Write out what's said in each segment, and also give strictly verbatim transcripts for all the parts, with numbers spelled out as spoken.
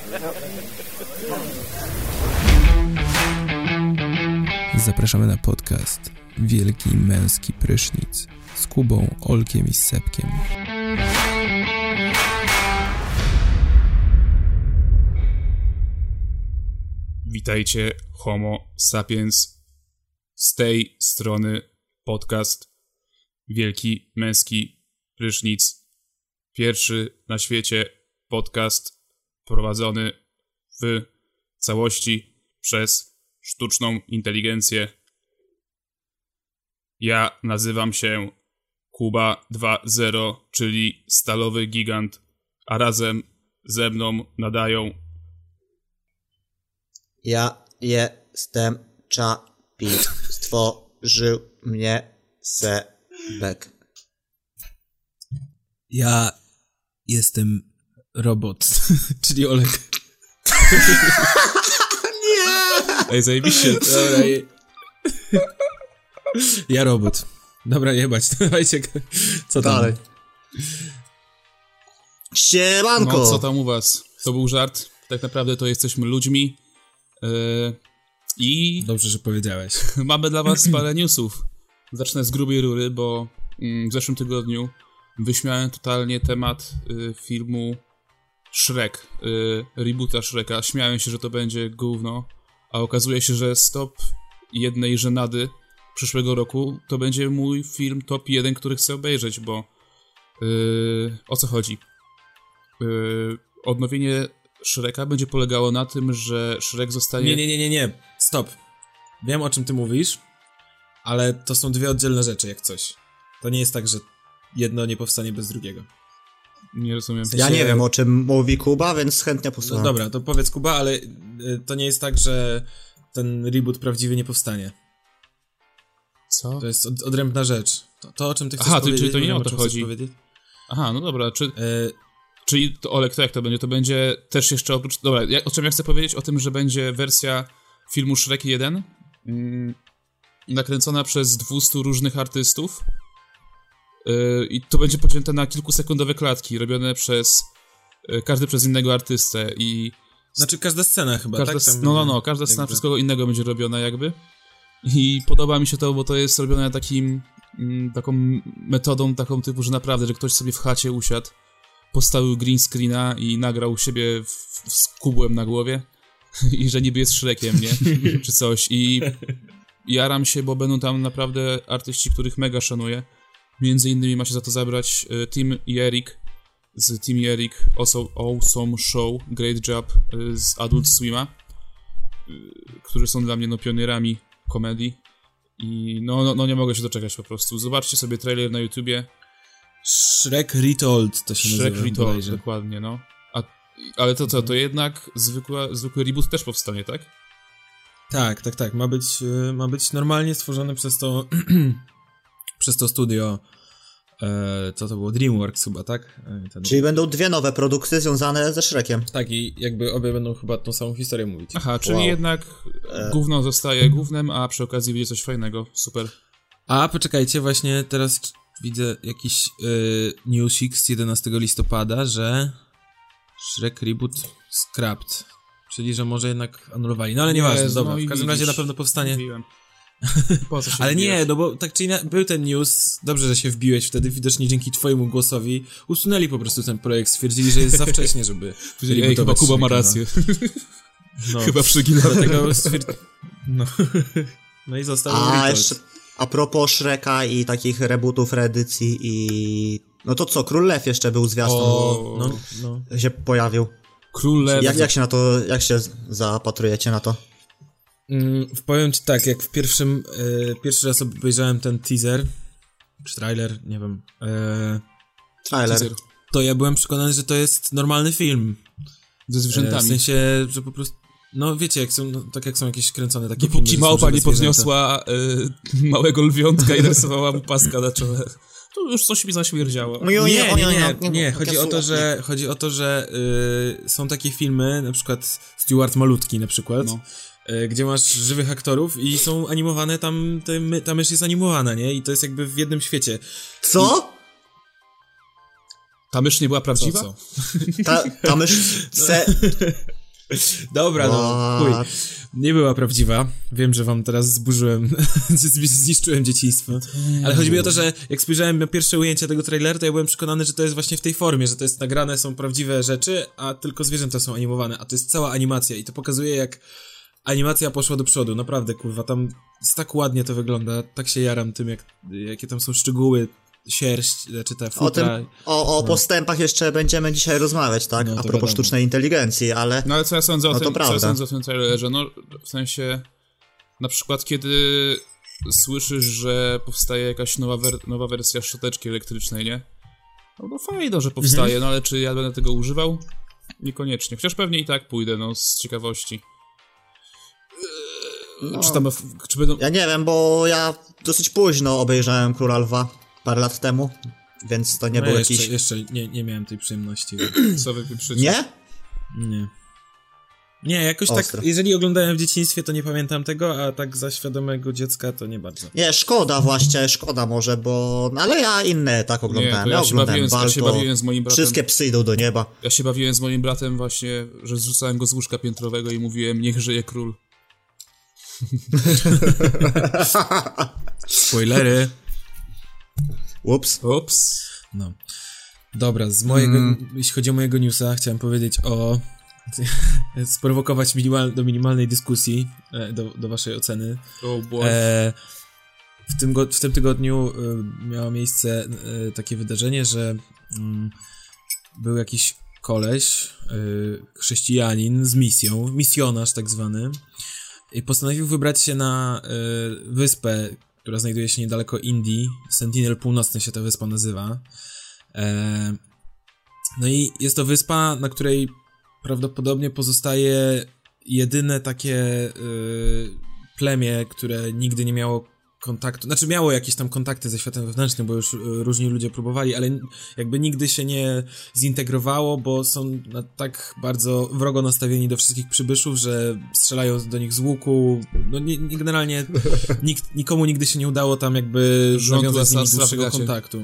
Zapraszamy na podcast Wielki Męski Prysznic z Kubą, Olkiem i Sepkiem. Witajcie, Homo sapiens, z tej strony podcast Wielki Męski Prysznic. Pierwszy na świecie podcast prowadzony w całości przez sztuczną inteligencję. Ja nazywam się Kuba dwa zero, czyli Stalowy Gigant, a razem ze mną nadają... Ja jestem Czapi. Stworzył mnie Sebek. Ja jestem robot, czyli Olek. Ej, zajebiście. Dobra, je... Ja robot. Dobra, jebać, dawajcie. Co tam? Dalej. Siemanko! No, co tam u was? To był żart. Tak naprawdę to jesteśmy ludźmi. Yy, I Dobrze, że powiedziałeś. mamy dla was parę newsów. Zacznę z grubej rury, bo mm, w zeszłym tygodniu wyśmiałem totalnie temat y, filmu Shrek, y, reboota Shreka. Śmiałem się, że to będzie gówno, a okazuje się, że z top jednej żenady przyszłego roku to będzie mój film top jeden, który chcę obejrzeć, bo y, o co chodzi? Y, odnowienie Shreka będzie polegało na tym, że Shrek zostanie... Nie, nie, nie, nie, nie. Stop. Wiem, o czym ty mówisz, ale to są dwie oddzielne rzeczy, jak coś. To nie jest tak, że jedno nie powstanie bez drugiego. Nie rozumiem. W sensie... Ja nie wiem, o czym mówi Kuba, więc chętnie No posłucham. dobra, to powiedz, Kuba, ale y, to nie jest tak, że ten reboot prawdziwy nie powstanie. Co? To jest od, odrębna rzecz. To, to o czym ty chcesz Aha, powiedzieć... czyli to nie wiem, o to czym chcesz chodzi. powiedzieć. Aha, no dobra, czy... Y, Czyli to, Olek, to jak to będzie? To będzie też jeszcze oprócz... Dobra, ja, o czym ja chcę powiedzieć? O tym, że będzie wersja filmu Shrek jeden mm, nakręcona przez dwieście różnych artystów yy, i to będzie pocięte na kilkusekundowe klatki, robione przez... Yy, każdy przez innego artystę i... Znaczy każda scena chyba, każda, tak? Tam, no, no, no, każda jakby... scena przez kogo innego będzie robiona jakby. I podoba mi się to, bo to jest robione takim... Mm, taką metodą taką typu, że naprawdę, że ktoś sobie w chacie usiadł, postawił green screena i nagrał siebie w, w, z kubłem na głowie i że niby jest Shrekiem, nie? Czy coś. I jaram się, bo będą tam naprawdę artyści, których mega szanuję. Między innymi ma się za to zabrać y, Tim i Eric z Tim i Eric also, Awesome Show, Great Job y, z Adult Swima, y, którzy są dla mnie no pionierami komedii. I no, no, no nie mogę się doczekać po prostu. Zobaczcie sobie trailer na YouTubie. Shrek Retold to się Shrek nazywa. Retold, bodajże. dokładnie, no. A, ale to co, to jednak zwykła, zwykły reboot też powstanie, tak? Tak, tak, tak. Ma być, y, ma być normalnie stworzony przez to przez to studio e, co to było? DreamWorks chyba, tak? E, ten... Czyli będą dwie nowe produkcje związane ze Shrekiem. Tak, i jakby obie będą chyba tą samą historię mówić. Aha, czyli Wow. jednak gówno zostaje gównem, a przy okazji wyjdzie coś fajnego. Super. A, poczekajcie, właśnie teraz widzę jakiś y, newsik z jedenastego listopada, że Shrek Reboot scrapped. Czyli, że może jednak anulowali. No ale nieważne, Jezu, dobra. no i W każdym razie widzisz, na pewno powstanie... Mówiłem. Po co się Ale wbijasz? nie, no bo tak czy inaczej, był ten news, dobrze, że się wbiłeś wtedy, widocznie dzięki twojemu głosowi usunęli po prostu ten projekt, stwierdzili, że jest za wcześnie, żeby... Ej, chyba Kuba ma rację. No. Chyba przeginał. Dlatego stwierdzi... No. No i został A Retold. jeszcze a propos Shreka i takich rebootów, reedycji i... No to co, Król Lew jeszcze był zwiastun, O, No, no. się pojawił. Król Lew. Jak, jak się na to, jak się zapatrujecie na to? Mm, powiem ci tak, jak w pierwszym, e, pierwszy raz obejrzałem ten teaser, czy trailer, nie wiem, e, Trailer. Teaser. to ja byłem przekonany, że to jest normalny film. Ze E, zwierzętami. w sensie, że po prostu, no wiecie, jak są, no, tak jak są jakieś kręcone takie Dopóki filmy, małpa że są nie żywe podniosła y, małego lwiątka i narysowała mu paska na czole. To już coś mi zaśmierdziało. No Nie, nie, nie, nie, nie, nie. Chodzi o to, że, chodzi o to, że y, są takie filmy, na przykład Stuart Malutki na przykład, No. y, gdzie masz żywych aktorów i są animowane, tam te, my, ta mysz jest animowana, nie? I to jest jakby w jednym świecie. Co? Ta mysz nie była prawdziwa? Co, co? Ta, ta mysz... Se... Dobra, no, chuj. Nie była prawdziwa. Wiem, że wam teraz zburzyłem, zniszczyłem dzieciństwo. Ale chodzi mi o to, że jak spojrzałem na pierwsze ujęcia tego trailera, to ja byłem przekonany, że to jest właśnie w tej formie, że to jest nagrane, są prawdziwe rzeczy, a tylko zwierzęta są animowane, a to jest cała animacja i to pokazuje, jak animacja poszła do przodu. Naprawdę, kurwa, tam jest tak ładnie to wygląda, tak się jaram tym, jak, jakie tam są szczegóły, sierść, czy ta futra. O, tym, o, o no. postępach jeszcze będziemy dzisiaj rozmawiać, tak? No, a propos wiadomo. sztucznej inteligencji, ale... No ale co ja sądzę o no, tym, co ja sądzę o tym trailerze? No, w sensie, na przykład kiedy słyszysz, że powstaje jakaś nowa, wer- nowa wersja szczoteczki elektrycznej, nie? No, no fajno, że powstaje, mhm. no ale czy ja będę tego używał? Niekoniecznie. Chociaż pewnie i tak pójdę, no, z ciekawości. No, czy tam, czy będą... Ja nie wiem, bo ja dosyć późno obejrzałem Króla Lwa parę lat temu, więc to nie no był jeszcze, jakiś... Jeszcze nie, nie miałem tej przyjemności. Co wy pieprzycie? Nie? Nie. Nie, jakoś Ostro. tak, jeżeli oglądałem w dzieciństwie, to nie pamiętam tego, a tak za świadomego dziecka to nie bardzo. Nie, szkoda właśnie, szkoda może, bo... No, ale ja inne tak oglądałem. Nie, ja, ja się oglądałem bawiłem, Balto, ja się bawiłem z moim bratem. Wszystkie psy idą do nieba. Ja się bawiłem z moim bratem właśnie, że zrzucałem go z łóżka piętrowego i mówiłem, niech żyje król. Spoilery. Ups. Ups. No. Dobra, z mojego, mm. jeśli chodzi o mojego newsa, chciałem powiedzieć o sprowokować minimal, do minimalnej dyskusji, do, do waszej oceny. Oh boy. E, w, tym go, w tym tygodniu e, miało miejsce e, takie wydarzenie, że mm, był jakiś koleś, e, chrześcijanin z misją, misjonarz tak zwany, i postanowił wybrać się na e, wyspę, która znajduje się niedaleko Indii. Sentinel Północny się ta wyspa nazywa. E, no i jest to wyspa, na której prawdopodobnie pozostaje jedyne takie y, plemię, które nigdy nie miało kontaktu, znaczy miało jakieś tam kontakty ze światem wewnętrznym, bo już y, różni ludzie próbowali, ale jakby nigdy się nie zintegrowało, bo są na, tak bardzo wrogo nastawieni do wszystkich przybyszów, że strzelają do nich z łuku, no nie, nie, generalnie nikt, nikomu nigdy się nie udało tam jakby nawiązać z nimi dłuższego kontaktu.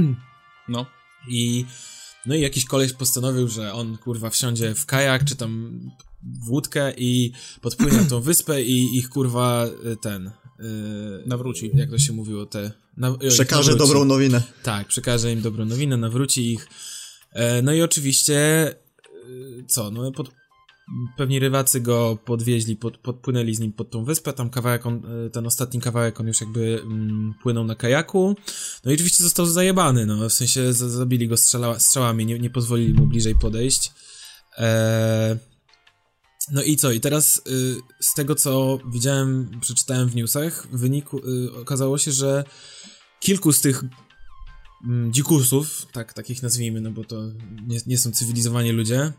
No. I No i jakiś koleś postanowił, że on, kurwa, wsiądzie w kajak, czy tam w łódkę i podpłynie na tą wyspę i ich, kurwa, ten... Yy, nawróci. Jak to się mówiło, te... Na, przekaże nawróci. dobrą nowinę. Tak, przekaże im dobrą nowinę, nawróci ich. E, no i oczywiście, e, co, no pod, pewni rywacy go podwieźli, pod, podpłynęli z nim pod tą wyspę, tam kawałek, on, ten ostatni kawałek on już jakby mm, płynął na kajaku, no i oczywiście został zajebany, no, w sensie z, zabili go strzela, strzałami, nie, nie pozwolili mu bliżej podejść. E, no i co, i teraz y, z tego co widziałem, przeczytałem w newsach, w wyniku y, okazało się, że kilku z tych mm, dzikusów, tak, takich nazwijmy, no bo to nie, nie są cywilizowani ludzie,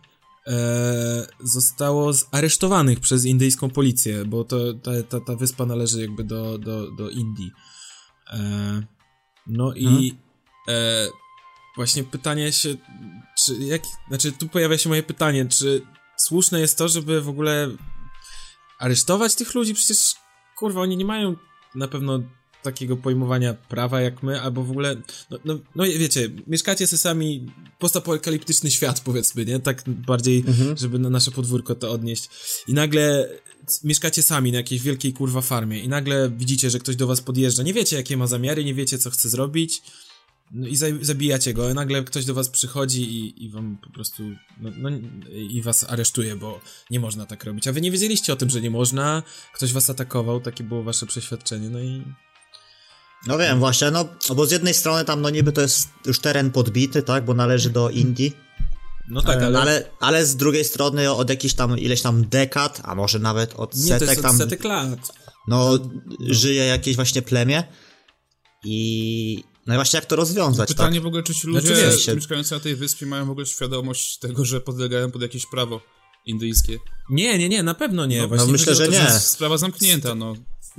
E, zostało zaresztowanych przez indyjską policję, bo to, ta, ta, ta wyspa należy jakby do, do, do Indii. E, no i hmm. e, właśnie pytanie się, czy jak, znaczy tu pojawia się moje pytanie, czy słuszne jest to, żeby w ogóle aresztować tych ludzi? Przecież, kurwa, oni nie mają na pewno takiego pojmowania prawa jak my, albo w ogóle, no, no, no wiecie, mieszkacie se sami, postapokaliptyczny świat, powiedzmy, nie? Tak bardziej, mhm. żeby na nasze podwórko to odnieść. I nagle mieszkacie sami na jakiejś wielkiej, kurwa, farmie i nagle widzicie, że ktoś do was podjeżdża, nie wiecie, jakie ma zamiary, nie wiecie, co chce zrobić, no i zabijacie go, a nagle ktoś do was przychodzi i, i wam po prostu, no, no i was aresztuje, bo nie można tak robić. A wy nie wiedzieliście o tym, że nie można, ktoś was atakował, takie było wasze przeświadczenie, no i... No wiem, właśnie, no, bo z jednej strony tam no niby to jest już teren podbity, tak, bo należy do Indii. No tak, ale... ale... Ale z drugiej strony od jakichś tam, ileś tam dekad, a może nawet od Nie, setek to jest tam... od setek lat. No, no, żyje jakieś właśnie plemię i... No i właśnie jak to rozwiązać, Pytanie tak? w ogóle, czy ci ludzie znaczy, mieszkający na tej wyspie mają w ogóle świadomość tego, że podlegają pod jakieś prawo indyjskie? Nie, nie, nie, na pewno nie. No, właśnie no myślę, że to, nie. Że sprawa zamknięta, no.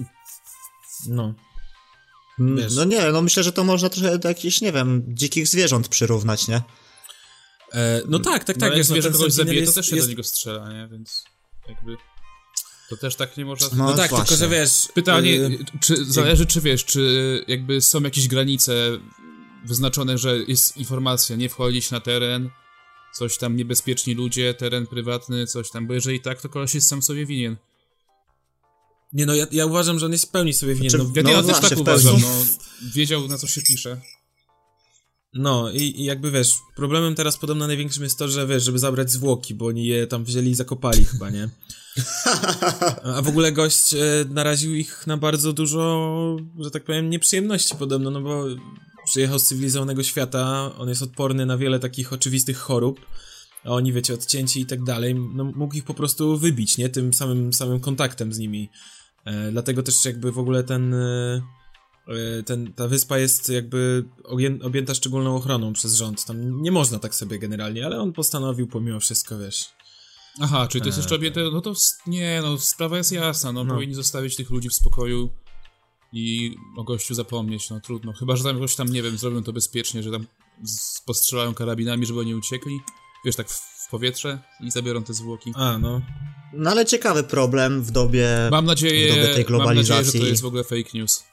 No. Wiesz. No nie, no myślę, że to można trochę do jakichś, nie wiem, dzikich zwierząt przyrównać, nie? E, no tak, tak, tak. No, wiesz, jak zwierzę no, kogoś zabije, jest, to też się jest... do niego strzela, nie? Więc jakby... To też tak nie można... No, no tak, właśnie. tylko że wiesz... Pytanie, y... czy zależy, czy wiesz, czy jakby są jakieś granice wyznaczone, że jest informacja, nie wchodzić na teren, coś tam niebezpieczni ludzie, teren prywatny, coś tam, bo jeżeli tak, to koleś jest sam sobie winien. Nie no, ja, ja uważam, że on jest w pełni sobie winien. Znaczy, No, Ja, No, ja też właśnie, tak w uważam, pełni. no. Wiedział, na co się pisze. No i, i jakby wiesz, problemem teraz podobno największym jest to, że wiesz, żeby zabrać zwłoki, bo oni je tam wzięli i zakopali chyba, nie? A w ogóle gość e, naraził ich na bardzo dużo, że tak powiem, nieprzyjemności podobno, no bo przyjechał z cywilizowanego świata, on jest odporny na wiele takich oczywistych chorób, a oni, wiecie, odcięci i tak dalej, no mógł ich po prostu wybić, nie? Tym samym, samym kontaktem z nimi. E, dlatego też jakby w ogóle ten... E, Ten, ta wyspa jest jakby obję- objęta szczególną ochroną przez rząd. Tam nie można tak sobie generalnie, ale on postanowił pomimo wszystko, wiesz. Aha, czyli to jest Eee, jeszcze objęte, no to s- nie, no sprawa jest jasna, no, No. powinni zostawić tych ludzi w spokoju i o gościu zapomnieć, no trudno. Chyba, że tam jakoś tam, nie wiem, zrobią to bezpiecznie, że tam z- postrzelają karabinami, żeby oni uciekli, wiesz, tak w, w powietrze i zabiorą te zwłoki. A, no. No ale ciekawy problem w dobie, Mam w nadzieję, dobie tej mam nadzieję, globalizacji. że to jest w ogóle fake news.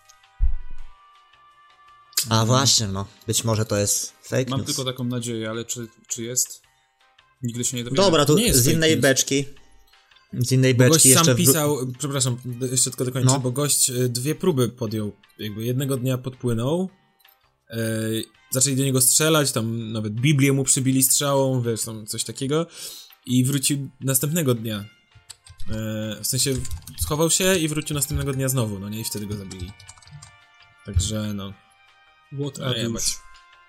A właśnie, no. Być może to jest fake Mam news. tylko taką nadzieję, ale czy, czy jest? Nigdy się nie dowiemy. Dobra, to Nie jest z fake innej news. beczki. Z innej Bo beczki gość jeszcze... sam wró- pisał, przepraszam, jeszcze tylko dokończę, No. bo gość y, dwie próby podjął. Jakby jednego dnia podpłynął, y, zaczęli do niego strzelać, tam nawet Biblię mu przybili strzałą, wiesz, tam coś takiego i wrócił następnego dnia. Y, w sensie schował się i wrócił następnego dnia znowu, no nie, i wtedy go zabili. Także, no. What A a jebać. douche.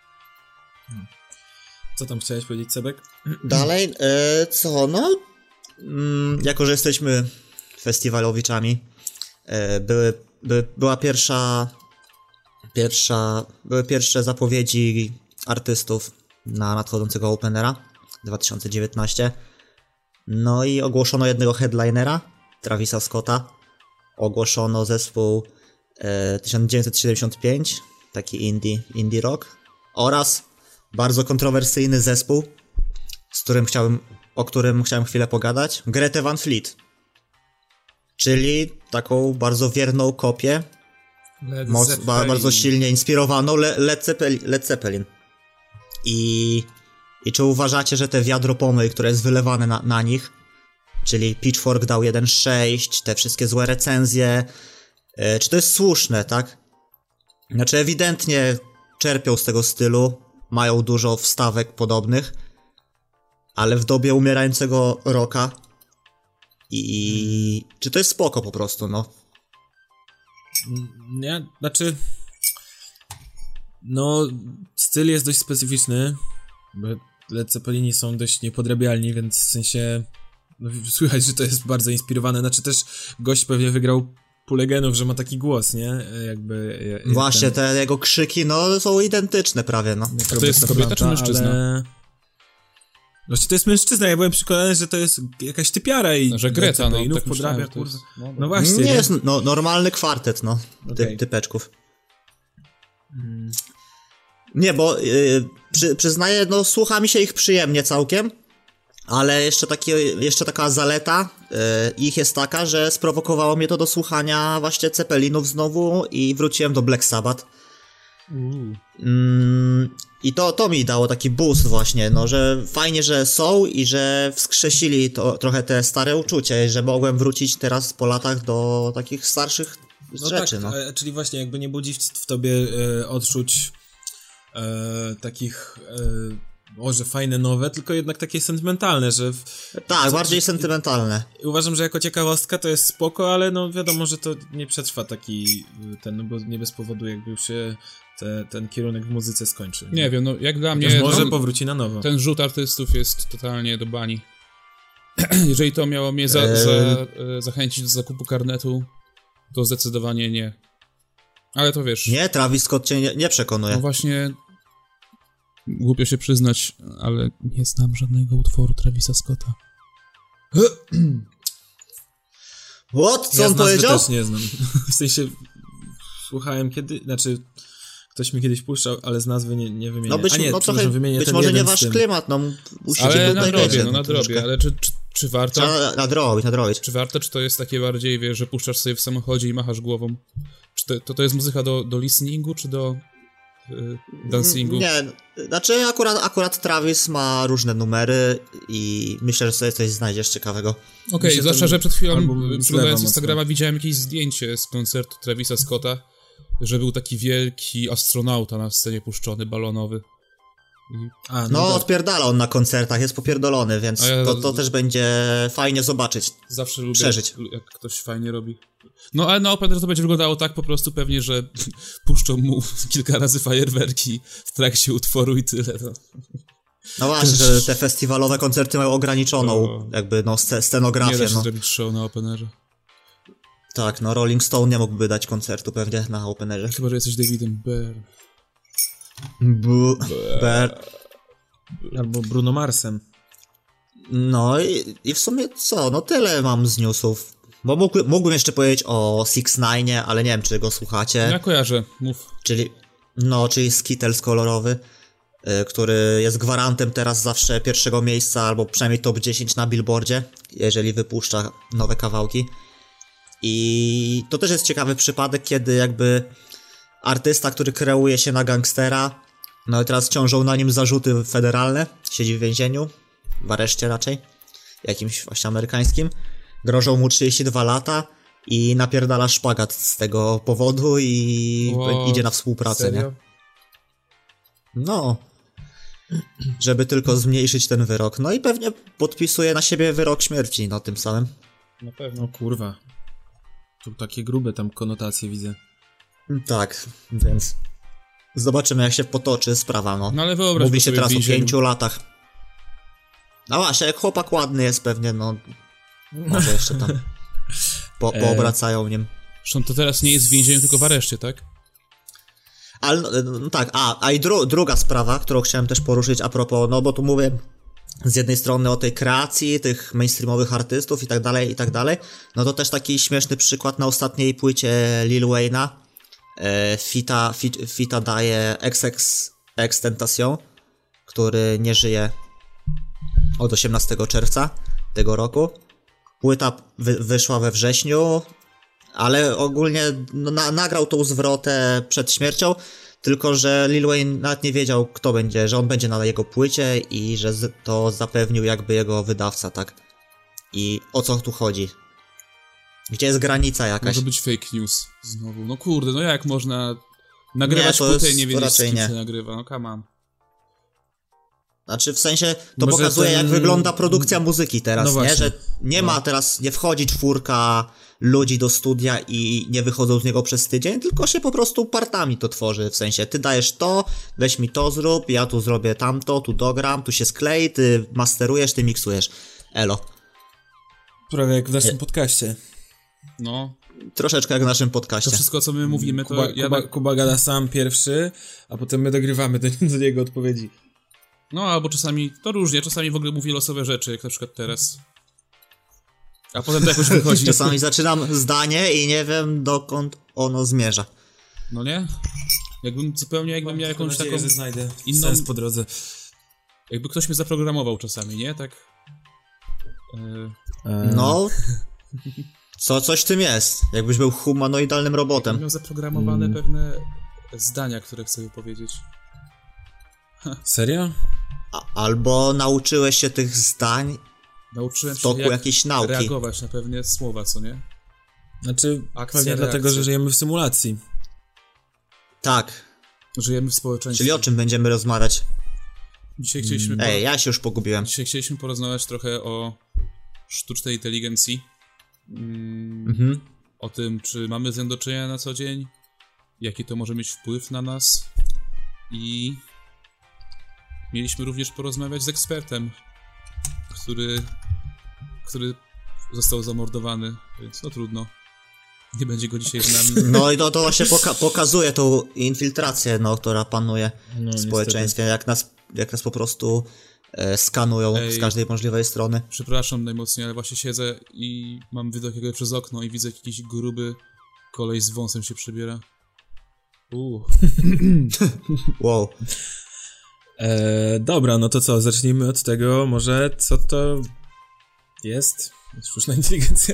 Co tam chciałeś powiedzieć, Sebek? Dalej, e, co, no... Mm, jako, że jesteśmy festiwalowiczami, e, były, by, była pierwsza... Pierwsza... Były pierwsze zapowiedzi artystów na nadchodzącego Openera dwa tysiące dziewiętnaście. No i ogłoszono jednego headlinera, Travisa Scotta. Ogłoszono zespół e, tysiąc dziewięćset siedemdziesiąt pięć, taki indie, indie rock. Oraz bardzo kontrowersyjny zespół, z którym chciałem, o którym chciałem chwilę pogadać. Grete Van Fleet. Czyli taką bardzo wierną kopię, Led moc, Zeppelin. ba, bardzo silnie inspirowaną Le, Led, Zeppelin, Led Zeppelin. I, I czy uważacie, że te wiadro pomyj, które jest wylewane na, na nich, czyli Pitchfork dał jeden sześć, te wszystkie złe recenzje, e, czy to jest słuszne, tak? Znaczy ewidentnie czerpią z tego stylu, mają dużo wstawek podobnych, ale w dobie umierającego rocka i... Czy to jest spoko po prostu, no? Nie, znaczy... No, styl jest dość specyficzny, bo Led Zeppelini są dość niepodrabialni, więc w sensie... No, słychać, że to jest bardzo inspirowane. Znaczy też gość pewnie wygrał pulę genów, że ma taki głos, nie? Jakby... jak Właśnie, ten- te jego krzyki, no, są identyczne prawie, no. jak A to Roberta jest kobieta czy Planta, mężczyzna? Ale... Właśnie to jest mężczyzna, ja byłem przekonany, że to jest jakaś typiara i... Że Greta, no, Zeppelinów tak podrabia, myślałem, to kurwa. jest- no, No właśnie, Nie nie? jest no, normalny kwartet, no, ty, Okej. typeczków. Nie, bo y, przy, przyznaję, no słucha mi się ich przyjemnie całkiem, ale jeszcze, takie, jeszcze taka zaleta y, ich jest taka, że sprowokowało mnie to do słuchania właśnie Zeppelinów znowu i wróciłem do Black Sabbath. Mm, I to, to mi dało taki boost właśnie, no, że fajnie, że są i że wskrzesili to, trochę te stare uczucie, że mogłem wrócić teraz po latach do takich starszych No rzeczy, tak, no. e, czyli właśnie jakby nie budzi w, w tobie e, odczuć e, takich, e, o, że fajne, nowe, tylko jednak takie sentymentalne, że... W, Tak, co- bardziej sentymentalne. Uważam, że jako ciekawostka to jest spoko, ale no wiadomo, że to nie przetrwa taki ten, no bo nie bez powodu jakby już się te, ten kierunek w muzyce skończy. Nie wiem, no jak dla Chociaż mnie... może no, powróci na nowo. ten rzut artystów jest totalnie do bani. Jeżeli to miało mnie za, Eee. za, e, zachęcić do zakupu karnetu, to zdecydowanie nie. Ale to wiesz... Nie, Travis Scott cię nie, nie przekonuje. No właśnie... Głupio się przyznać, ale nie znam żadnego utworu Travisa Scotta. What? Co Ja on z nazwy powiedział? też nie znam. W sensie słuchałem kiedy, znaczy ktoś mi kiedyś puszczał, ale z nazwy nie, nie wymienię. No być, A nie, no trochę, wymienię być ten może nie jeden z wasz tym. klimat, no musicie Ale tutaj nadrobię, wiecie, no nadrobię, troszkę. ale czy, czy, czy warto? Trzeba nadrobić, nadrobić. Czy warto, czy to jest takie bardziej, wiesz, że puszczasz sobie w samochodzie i machasz głową? Czy to, to, to jest muzyka do, do listeningu, czy do y, dancingu? Nie, znaczy akurat, akurat Travis ma różne numery i myślę, że sobie coś znajdziesz ciekawego. Okej, okay, zwłaszcza, że przed chwilą przeglądając Instagrama mocno. widziałem jakieś zdjęcie z koncertu Travisa Scotta, że był taki wielki astronauta na scenie puszczony, balonowy. A, no No, tak. odpierdala on na koncertach, jest popierdolony, więc ja- to, to też będzie fajnie zobaczyć. Zawsze lubię, Przeżyć. jak ktoś fajnie robi. No, ale na Open Air to będzie wyglądało tak po prostu pewnie, że puszczą mu kilka razy fajerwerki w trakcie utworu i tyle. No. No właśnie, że te festiwalowe koncerty mają ograniczoną To- jakby no sce- Nie scenografię, da się no. zrobić show na Open Airze. Tak, no Rolling Stone nie mógłby dać koncertu pewnie na Open Airze. Chyba, że jesteś Davidem Byrne. Bu- Ber- Albo Bruno Marsem. No i, i w sumie co, no tyle mam z newsów. Bo mógł, mógłbym jeszcze powiedzieć o six nine, ale nie wiem, czy go słuchacie. Ja kojarzę, mów. Czyli, no, czyli Skittles kolorowy, y, który jest gwarantem teraz zawsze pierwszego miejsca, albo przynajmniej top dziesięć na Billboardzie, jeżeli wypuszcza nowe kawałki. I to też jest ciekawy przypadek, kiedy jakby artysta, który kreuje się na gangstera, no i teraz ciążą na nim zarzuty federalne, siedzi w więzieniu, w areszcie raczej, jakimś właśnie amerykańskim, grożą mu trzydzieści dwa lata i napierdala szpagat z tego powodu i Wow, idzie na współpracę, serio? nie? No, żeby tylko zmniejszyć ten wyrok. No i pewnie podpisuje na siebie wyrok śmierci, no tym samym. Na pewno. No kurwa. Tu takie grube tam konotacje widzę. Tak, więc zobaczymy, jak się potoczy sprawa, no. No ale wyobraź Mówi się sobie teraz w o więzieniu. pięciu latach. No właśnie, jak chłopak ładny jest pewnie, no może jeszcze tam po, poobracają nim. Zresztą to teraz nie jest w więzieniu, tylko w areszcie, tak? Ale no, no tak, a, a i dru, druga sprawa, którą chciałem też poruszyć a propos, no bo tu mówię z jednej strony o tej kreacji tych mainstreamowych artystów i tak dalej, i tak dalej, no to też taki śmieszny przykład na ostatniej płycie Lil Wayne'a, e, Fita, fit, Fita daje X X Extentation, który nie żyje od osiemnastego czerwca tego roku. Płyta wy, wyszła we wrześniu, ale ogólnie no, na, nagrał tą zwrotę przed śmiercią, tylko że Lil Wayne nawet nie wiedział, kto będzie, że on będzie na jego płycie i że z, to zapewnił jakby jego wydawca, tak? I o co tu chodzi? Gdzie jest granica jakaś? Może być fake news znowu. No kurde, no jak można nagrywać Nie, to płytę jest- i nie to wiedzieć, z raczej kim nie. się nagrywa? No come on. Znaczy w sensie to Może pokazuje ten- jak wygląda produkcja muzyki teraz, No nie? właśnie. Że nie ma teraz, nie wchodzi czwórka ludzi do studia i nie wychodzą z niego przez tydzień, tylko się po prostu partami to tworzy, w sensie ty dajesz to, weź mi to zrób, ja tu zrobię tamto, tu dogram, tu się sklei, ty masterujesz, ty miksujesz. Elo. Prawie jak w naszym podcaście. No, Troszeczkę jak w naszym to podcaście. wszystko, co my mówimy, to Kuba, ja... Kuba, Kuba gada sam pierwszy, a potem my dogrywamy do, do jego odpowiedzi. No, albo czasami, to różnie, czasami w ogóle mówię losowe rzeczy, jak na przykład teraz. A potem to jakoś wychodzi. Czasami zaczynam zdanie i nie wiem dokąd ono zmierza. No nie? Jakbym zupełnie, jakbym miał jakąś taką... że znajdę inną- sens po drodze. Jakby ktoś mnie zaprogramował czasami, nie? Tak... Yy, No, co, coś w tym jest. Jakbyś był humanoidalnym robotem. miał zaprogramowane Mm. pewne zdania, które chcę wypowiedzieć. Serio? A, albo nauczyłeś się tych zdań Nauczyłem w się, toku jak jakiejś nauki. reagować na pewne słowa, co nie? Znaczy, Akcja, pewnie dlatego, reakcja. że żyjemy w symulacji. Tak, Żyjemy w społeczeństwie. czyli o czym będziemy rozmawiać? Dzisiaj chcieliśmy, po... Ej, ja się już pogubiłem. Dzisiaj chcieliśmy porozmawiać trochę o sztucznej inteligencji. Mm, Mhm. O tym, czy mamy z nią do czynienia na co dzień, jaki to może mieć wpływ na nas. I mieliśmy również porozmawiać z ekspertem, który, który został zamordowany, więc no trudno. Nie będzie go dzisiaj z nami. No i to, to właśnie poka pokazuje tą infiltrację, no, która panuje No, w społeczeństwie, jak nas, jak nas po prostu e, skanują Ej. z każdej możliwej strony. Przepraszam najmocniej, ale właśnie siedzę i mam widok jakby przez okno i widzę jakiś gruby kolej z wąsem się przebiera. Uuu. Wow. E, dobra, no to co, zacznijmy od tego, może co to jest? Sztuczna inteligencja.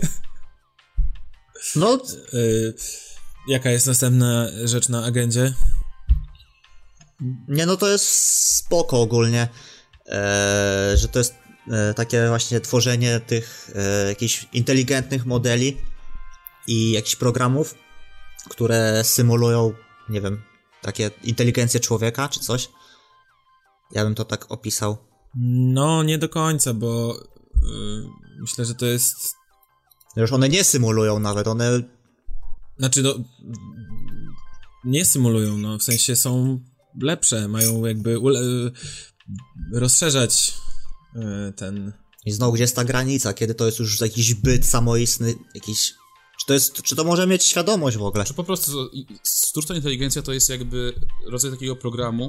No, E, jaka jest następna rzecz na agendzie? Nie, no to jest spoko ogólnie, e, że to jest e, takie właśnie tworzenie tych e, jakichś inteligentnych modeli i jakichś programów, które symulują, nie wiem, takie inteligencję człowieka czy coś. Ja bym to tak opisał. No, nie do końca, bo yy, myślę, że to jest... Już one nie symulują nawet, one... Znaczy, no, nie symulują, no, w sensie są lepsze, mają jakby ule- rozszerzać yy, ten... I znowu, gdzie jest ta granica, kiedy to jest już jakiś byt samoistny, jakiś... Czy to jest, czy to może mieć świadomość w ogóle? Czy po prostu sztuczna inteligencja to jest jakby rodzaj takiego programu,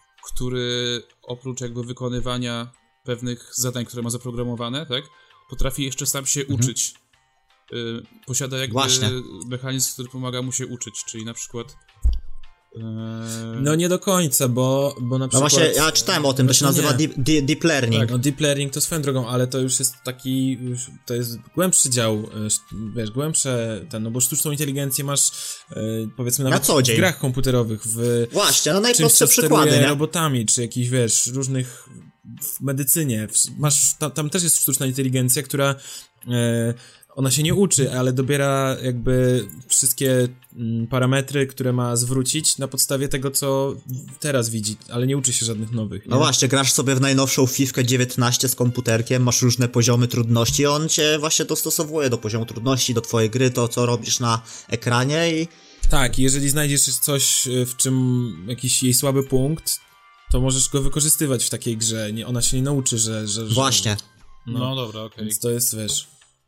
który oprócz jakby wykonywania pewnych zadań, które ma zaprogramowane, tak, potrafi jeszcze sam się mhm. uczyć. Y, posiada jakby Właśnie. mechanizm, który pomaga mu się uczyć, czyli na przykład... Y... No nie do końca, bo, bo na przykład... No właśnie, ja czytałem o tym, to się nazywa deep, deep learning. Tak, no deep learning to swoją drogą, ale to już jest taki, już, to jest głębszy dział, wiesz, głębsze, ten, no bo sztuczną inteligencję masz, powiedzmy, nawet na co dzień. W grach komputerowych, w... Właśnie, no najprostsze czymś, co przykłady, nie? robotami, czy jakichś, wiesz, różnych, w medycynie, w, masz, tam, tam też jest sztuczna inteligencja, która... E, ona się nie uczy, ale dobiera jakby wszystkie parametry, które ma zwrócić na podstawie tego, co teraz widzi, ale nie uczy się żadnych nowych. Nie? No właśnie, grasz sobie w najnowszą fifkę dziewiętnaście z komputerkiem, masz różne poziomy trudności, on cię właśnie dostosowuje do poziomu trudności, do twojej gry, to co robisz na ekranie i... Tak, jeżeli znajdziesz coś, w czym jakiś jej słaby punkt, to możesz go wykorzystywać w takiej grze. Nie, ona się nie nauczy, że... że, że właśnie. No, no dobra, okej. Okay. Więc to jest, wiesz...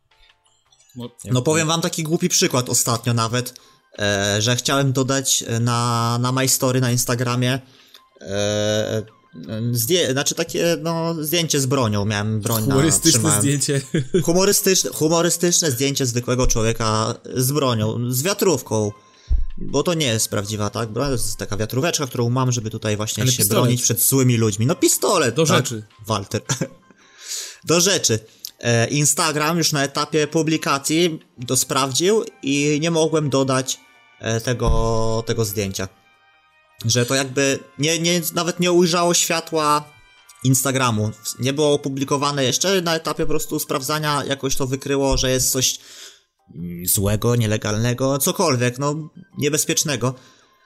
No, no powiem wam taki głupi przykład ostatnio nawet, e, że chciałem dodać na, na My Story na Instagramie e, zdję, znaczy takie no zdjęcie z bronią, miałem broń na Humorystyczne zdjęcie. Humorystyczne, humorystyczne zdjęcie zwykłego człowieka z bronią, z wiatrówką, bo to nie jest prawdziwa, tak? Broń to jest taka wiatróweczka, którą mam, żeby tutaj właśnie Ale się pistolet. bronić przed złymi ludźmi. No pistolet, Do tak? rzeczy. Walter. Do rzeczy. Instagram już na etapie publikacji to sprawdził i nie mogłem dodać tego, tego zdjęcia. Że to jakby nie, nie, nawet nie ujrzało światła Instagramu. Nie było opublikowane jeszcze, na etapie po prostu sprawdzania jakoś to wykryło, że jest coś złego, nielegalnego, cokolwiek, no niebezpiecznego.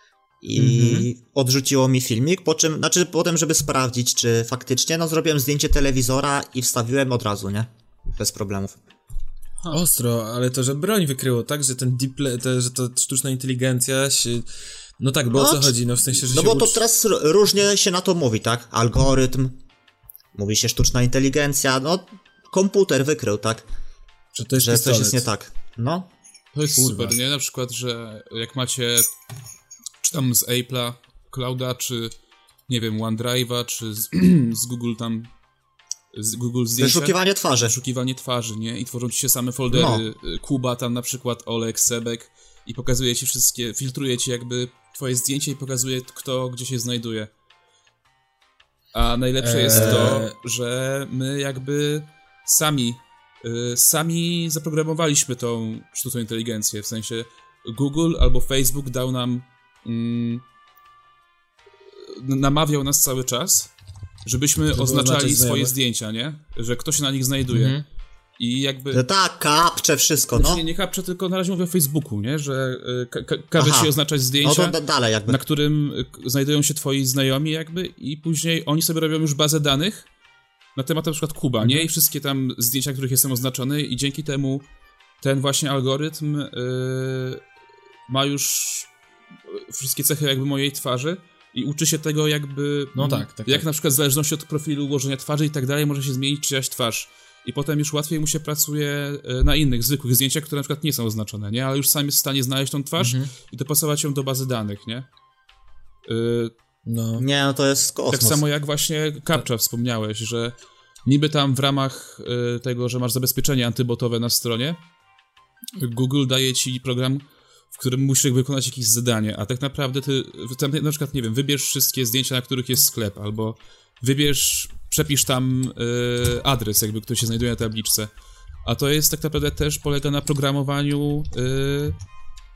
I mhm. odrzuciło mi filmik, po czym, znaczy potem, żeby sprawdzić, czy faktycznie, no zrobiłem zdjęcie telewizora i wstawiłem od razu, nie? Bez problemów. Ostro, ale to, że broń wykryło, tak? Że ten deep, te, że to sztuczna inteligencja się... No tak, bo no, o co chodzi? No w sensie, że No się bo to uczy... teraz różnie się na to mówi, tak? Algorytm, mówi się sztuczna inteligencja, no komputer wykrył, tak? Że to jest że pistolet. coś jest nie tak. No. To jest Kurwa. super, nie? Na przykład, że jak macie czy tam z Apple'a, Clouda, czy nie wiem, OneDrive'a, czy z, z Google tam, z Google zdjęcia. Wyszukiwanie twarzy. Wyszukiwanie twarzy, nie? I tworzą ci się same foldery. No. Kuba tam na przykład, Olek, Sebek i pokazuje ci wszystkie, filtruje ci jakby twoje zdjęcie i pokazuje kto gdzie się znajduje. A najlepsze eee. jest to, że my jakby sami, y, sami zaprogramowaliśmy tą sztuczną inteligencję, w sensie Google albo Facebook dał nam namawiał nas cały czas, żebyśmy Żeby oznaczali swoje zdjęcia, nie? Że kto się na nich znajduje. Mhm. I jakby... Że tak, kapcze wszystko, no. Nie, nie kapcze, tylko na razie mówię o Facebooku, nie? Że ka- ka- każe ci oznaczać zdjęcia, no to dalej jakby. na którym znajdują się twoi znajomi jakby i później oni sobie robią już bazę danych na temat na przykład Kuba, mhm. nie? I wszystkie tam zdjęcia, których jestem oznaczony i dzięki temu ten właśnie algorytm yy, ma już wszystkie cechy jakby mojej twarzy i uczy się tego jakby... No tak, tak. Jak tak. na przykład w zależności od profilu ułożenia twarzy i tak dalej może się zmienić czyjaś twarz. I potem już łatwiej mu się pracuje na innych, zwykłych zdjęciach, które na przykład nie są oznaczone, nie? Ale już sam jest w stanie znaleźć tą twarz mhm. i dopasować ją do bazy danych, nie? Yy, no. Nie, no to jest kosmos. Tak samo jak właśnie Captcha wspomniałeś, że niby tam w ramach y, tego, że masz zabezpieczenie antybotowe na stronie, Google daje ci program, w którym musisz wykonać jakieś zadanie, a tak naprawdę ty, tam na przykład, nie wiem, wybierz wszystkie zdjęcia, na których jest sklep, albo wybierz, przepisz tam y, adres, jakby, który się znajduje na tabliczce. A to jest tak naprawdę też polega na programowaniu y,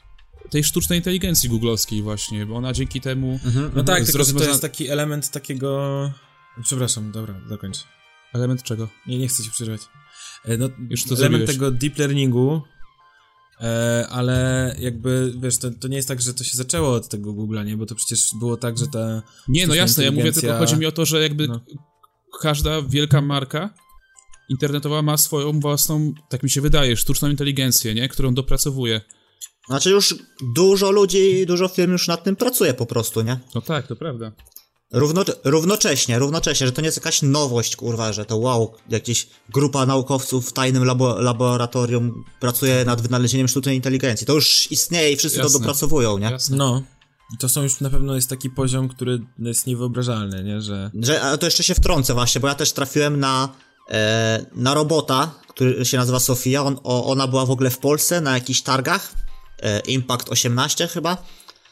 tej sztucznej inteligencji googlowskiej właśnie, bo ona dzięki temu... Mhm. No tak, tylko że to rozpoza- jest taki element takiego... Przepraszam, dobra, dokończ. Element czego? Nie, nie chcę ci przerywać. E, No, Już to element zrobiłeś. tego deep learningu, e, ale jakby, wiesz, to, to nie jest tak, że to się zaczęło od tego Google'a, nie? Bo to przecież było tak, że ta... Nie, no sztuczna jasne, ja mówię, inteligencja- tylko chodzi mi o to, że jakby No. każda wielka marka internetowa ma swoją własną, tak mi się wydaje, sztuczną inteligencję, nie? Którą dopracowuje. Znaczy już dużo ludzi, dużo firm już nad tym pracuje po prostu, nie? No tak, to prawda. Równo, równocześnie, równocześnie, że to nie jest jakaś nowość, kurwa, że to wow, jakaś grupa naukowców w tajnym labo, laboratorium pracuje nad wynalezieniem sztucznej inteligencji. To już istnieje i wszyscy Jasne. to dopracowują, nie? Jasne. No. I to są już na pewno jest taki poziom, który jest niewyobrażalny, nie? Że... Że, a to jeszcze się wtrącę właśnie, bo ja też trafiłem na, e, na robota, który się nazywa Sofia. On, o, ona była w ogóle w Polsce na jakichś targach, e, Impact osiemnaście chyba.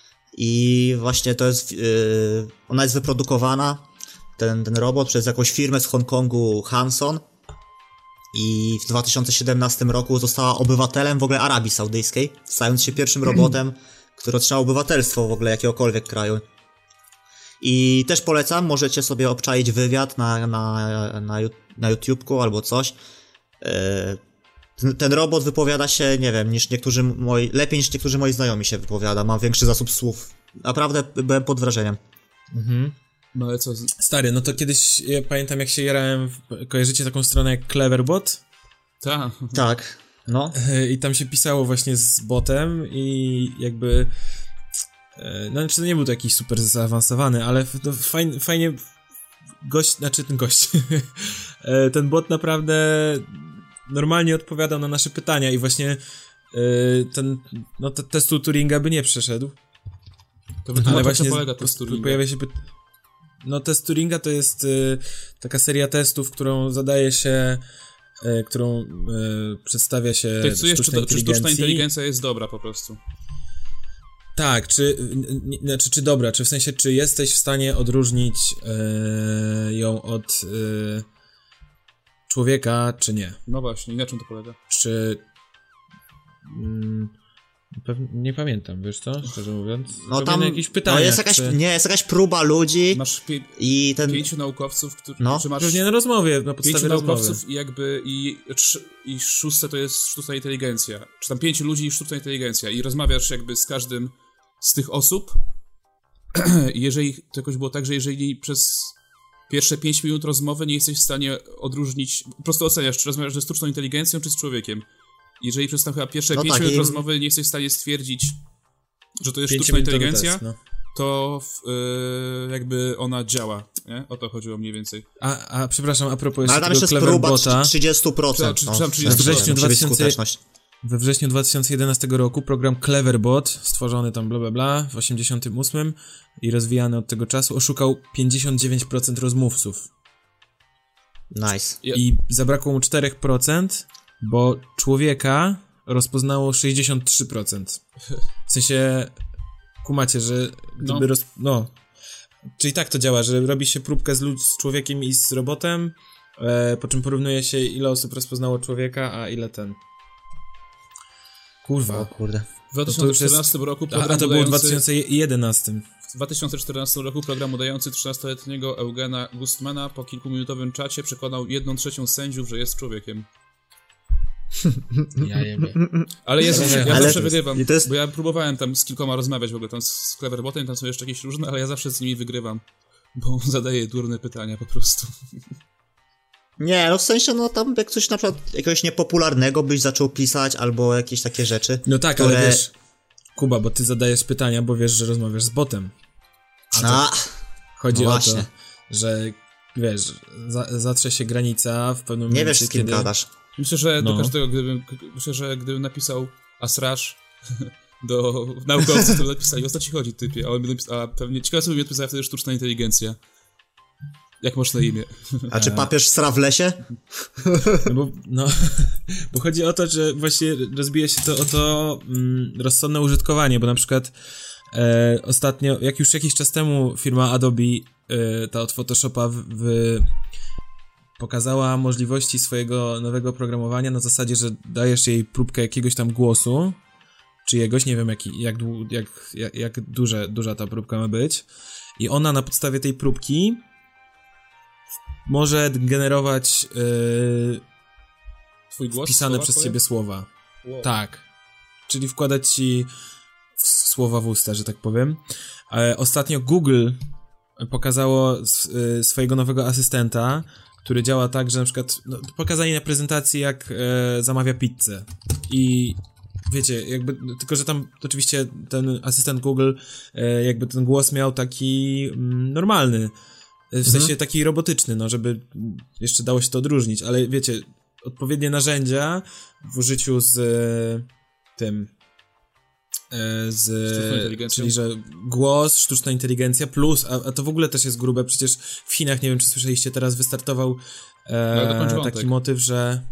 I właśnie to jest, e, ona jest wyprodukowana, ten, ten robot, przez jakąś firmę z Hongkongu, Hanson. I w dwa tysiące siedemnastym roku została obywatelem w ogóle Arabii Saudyjskiej, stając się pierwszym robotem, który otrzymał obywatelstwo w ogóle jakiegokolwiek kraju. I też polecam, możecie sobie obczaić wywiad na, na, na, na YouTubeku albo coś. Ten, ten robot wypowiada się, nie wiem, niż niektórzy moi, lepiej niż niektórzy moi znajomi się wypowiada, ma większy zasób słów. Naprawdę byłem pod wrażeniem. Mhm. No ale co... z- Stary, no to kiedyś, ja pamiętam jak się jarałem, w... kojarzycie taką stronę jak Cleverbot? Ta. Tak, no. I tam się pisało właśnie z botem i jakby... e, No znaczy to nie był to jakiś super zaawansowany, ale f- to fajnie, fajnie gość, znaczy ten gość, e, ten bot naprawdę normalnie odpowiadał na nasze pytania i właśnie e, ten, no te, testu Turinga by nie przeszedł. To wytłumacz, Ale jak właśnie to polega z- test Turinga. pojawia się py... No test Turinga to jest y, taka seria testów, którą zadaje się, y, którą y, przedstawia się Testujesz, czy, sztucznej to, czy inteligencji. sztuczna inteligencja jest dobra po prostu. Tak, czy, nie, znaczy, czy dobra, czy w sensie, czy jesteś w stanie odróżnić y, ją od y, człowieka, czy nie. No właśnie, na czym to polega? Czy... Mm, pewnie, nie pamiętam, wiesz co, szczerze mówiąc. No Robię tam, na jakieś pytania. no jest jakaś, czy... nie, jest jakaś próba ludzi Masz pie- i ten... pięciu naukowców, którzy... No. Czy masz Pewnie na rozmowie, na podstawie pięciu rozmowy. naukowców i jakby i, trzy, i szóste to jest sztuczna inteligencja. Czy tam pięciu ludzi i sztuczna inteligencja. I rozmawiasz jakby z każdym z tych osób. I jeżeli, to jakoś było tak, że jeżeli przez pierwsze pięć minut rozmowy nie jesteś w stanie odróżnić, po prostu oceniasz, czy rozmawiasz ze sztuczną inteligencją, czy z człowiekiem. Jeżeli przez tam chyba pierwsze No pięć tak, minut i- rozmowy nie jesteś w stanie stwierdzić, że to jest sztuczna Pięciominutowy inteligencja, test, no. to w, y, jakby ona działa, nie? O to chodziło mniej więcej. A, a przepraszam, a propos Ale jeszcze tam tego jeszcze jest próba Cleverbota, trzydzieści procent. Czy- No, czy tam we trzydzieści procent. wrześniu dwa tysiące- skuteczność. we wrześniu dwa tysiące jedenastego roku program Cleverbot, stworzony tam bla bla bla w osiemdziesiątym ósmym i rozwijany od tego czasu, oszukał pięćdziesiąt dziewięć procent rozmówców. Nice. Ja- I zabrakło mu cztery procent, bo człowieka rozpoznało sześćdziesiąt trzy procent. W sensie, kumacie, że gdyby No. roz... No. Czyli tak to działa, że robi się próbkę z, lud- z człowiekiem i z robotem, e, po czym porównuje się, ile osób rozpoznało człowieka, a ile ten. Kurwa. O kurde. W dwa tysiące czternastym roku A, program a to było w dwa udający, tysiące jedenastym. w dwa tysiące czternastym roku program udający trzynastoletniego Eugena Gustmana po kilkuminutowym czacie przekonał jedną trzecią sędziów, że jest człowiekiem. Ja jebie. Ale jest, ja Ale- zawsze wygrywam, i to jest- bo ja próbowałem tam z kilkoma rozmawiać w ogóle, tam z Cleverbotem, tam są jeszcze jakieś różne, ale ja zawsze z nimi wygrywam, bo zadaję durne pytania po prostu. Nie, no w sensie, no tam jak coś na przykład jakiegoś niepopularnego byś zaczął pisać, albo jakieś takie rzeczy. No tak, które... ale wiesz, Kuba, bo ty zadajesz pytania, bo wiesz, że rozmawiasz z botem. A, Chodzi no o właśnie. to, że wiesz, za, zatrze się granica w pewnym nie momencie, wiesz z kim kiedy... gadasz. Myślę, że do No. każdego, gdybym, myślę, że gdybym napisał Asrasz do naukowców, to by napisali, o co ci chodzi, typie, a on by napisał, a pewnie, ciekawe co by mi odpisała wtedy sztuczna inteligencja. Jak masz na imię? A czy papież sra w lesie? No bo, no, bo chodzi o to, że właśnie rozbija się to o to mm, rozsądne użytkowanie, bo na przykład e, ostatnio, jak już jakiś czas temu firma Adobe, e, ta od Photoshopa w, w, pokazała możliwości swojego nowego programowania na zasadzie, że dajesz jej próbkę jakiegoś tam głosu, czyjegoś, nie wiem jaki, jak, jak, jak, jak duże, duża ta próbka ma być i ona na podstawie tej próbki może generować yy, Twój głos? wpisane Słowa przez twoje? ciebie słowa. Wow. Tak. Czyli wkładać ci w słowa w usta, że tak powiem. E, ostatnio Google pokazało s, y, swojego nowego asystenta, który działa tak, że na przykład no, pokazali na prezentacji, jak e, zamawia pizzę. I wiecie, jakby, tylko że tam oczywiście ten asystent Google, e, jakby ten głos miał taki mm, normalny, w sensie mhm. taki robotyczny, no żeby jeszcze dało się to odróżnić, ale wiecie, odpowiednie narzędzia w użyciu z e, tym e, z, czyli że głos, sztuczna inteligencja plus, a, a to w ogóle też jest grube, przecież w Chinach, nie wiem czy słyszeliście, teraz wystartował e, taki motyw, że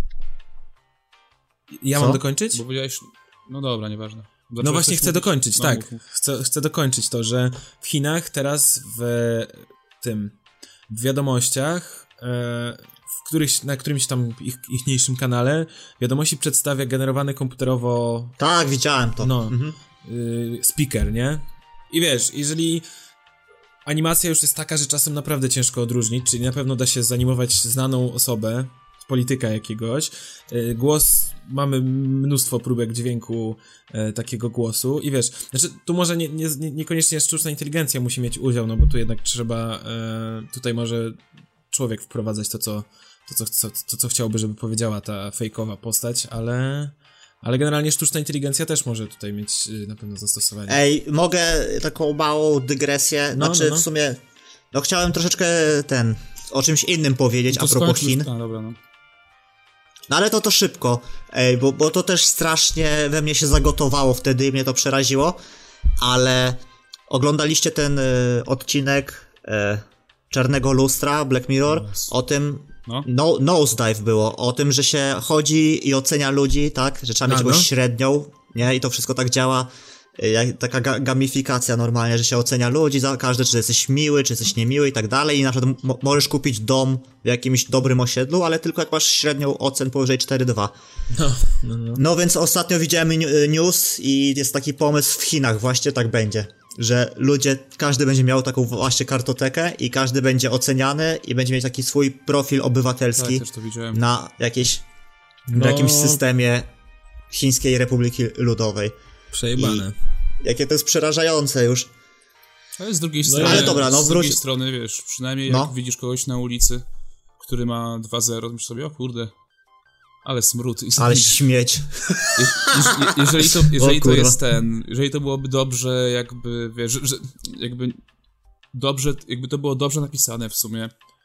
ja Co? mam dokończyć? Bo powiedziałeś, no dobra, nieważne. Zacząłeś no właśnie chcę mówić? dokończyć, no, tak, mów, mów. Chcę, chcę dokończyć to, że w Chinach teraz w tym, w wiadomościach e, w któryś, na którymś tam ich, ichniejszym kanale wiadomości przedstawia generowany komputerowo... Tak, widziałem to. No, mhm. y, speaker, nie? I wiesz, jeżeli animacja już jest taka, że czasem naprawdę ciężko odróżnić, czyli na pewno da się zanimować znaną osobę, polityka jakiegoś, y, głos, mamy mnóstwo próbek dźwięku y, takiego głosu i wiesz, znaczy tu może nie, nie, niekoniecznie sztuczna inteligencja musi mieć udział, no bo tu jednak trzeba, y, tutaj może człowiek wprowadzać to, co To co, co, to, co chciałby, żeby powiedziała ta fejkowa postać, ale, ale generalnie sztuczna inteligencja też może tutaj mieć na pewno zastosowanie. Ej, mogę taką małą dygresję, no, znaczy no, no. w sumie, no chciałem troszeczkę ten, o czymś innym powiedzieć, no a propos Chin. No, dobra, no. No ale to to szybko, ej, bo, bo to też strasznie we mnie się zagotowało wtedy i mnie to przeraziło, ale oglądaliście ten y, odcinek y, Czarnego Lustra, Black Mirror, yes. o tym, No. No, nosedive było, o tym, że się chodzi i ocenia ludzi, tak, że trzeba mieć jakąś no. średnią, nie, i to wszystko tak działa, jak, taka ga gamifikacja normalnie, że się ocenia ludzi za każde, czy jesteś miły, czy jesteś niemiły i tak dalej i na przykład możesz kupić dom w jakimś dobrym osiedlu, ale tylko jak masz średnią ocen powyżej cztery dwa. No, no, no. no więc ostatnio widziałem news i jest taki pomysł w Chinach, właśnie tak będzie. Że ludzie, każdy będzie miał taką właśnie kartotekę i każdy będzie oceniany i będzie mieć taki swój profil obywatelski tak, też to widziałem. na jakieś, no. w jakimś systemie Chińskiej Republiki Ludowej. Przejebane. I jakie to jest przerażające już. Ale z drugiej strony, no, ale dobra, no, z drugiej strony, wiesz, przynajmniej no. jak widzisz kogoś na ulicy, który ma dwa zero, to myślisz sobie, o kurde, ale smród. Ale śmieć. Je, je, je, jeżeli to, jeżeli to jest ten, jeżeli to byłoby dobrze, jakby, wiesz, że, jakby dobrze, jakby to było dobrze napisane w sumie,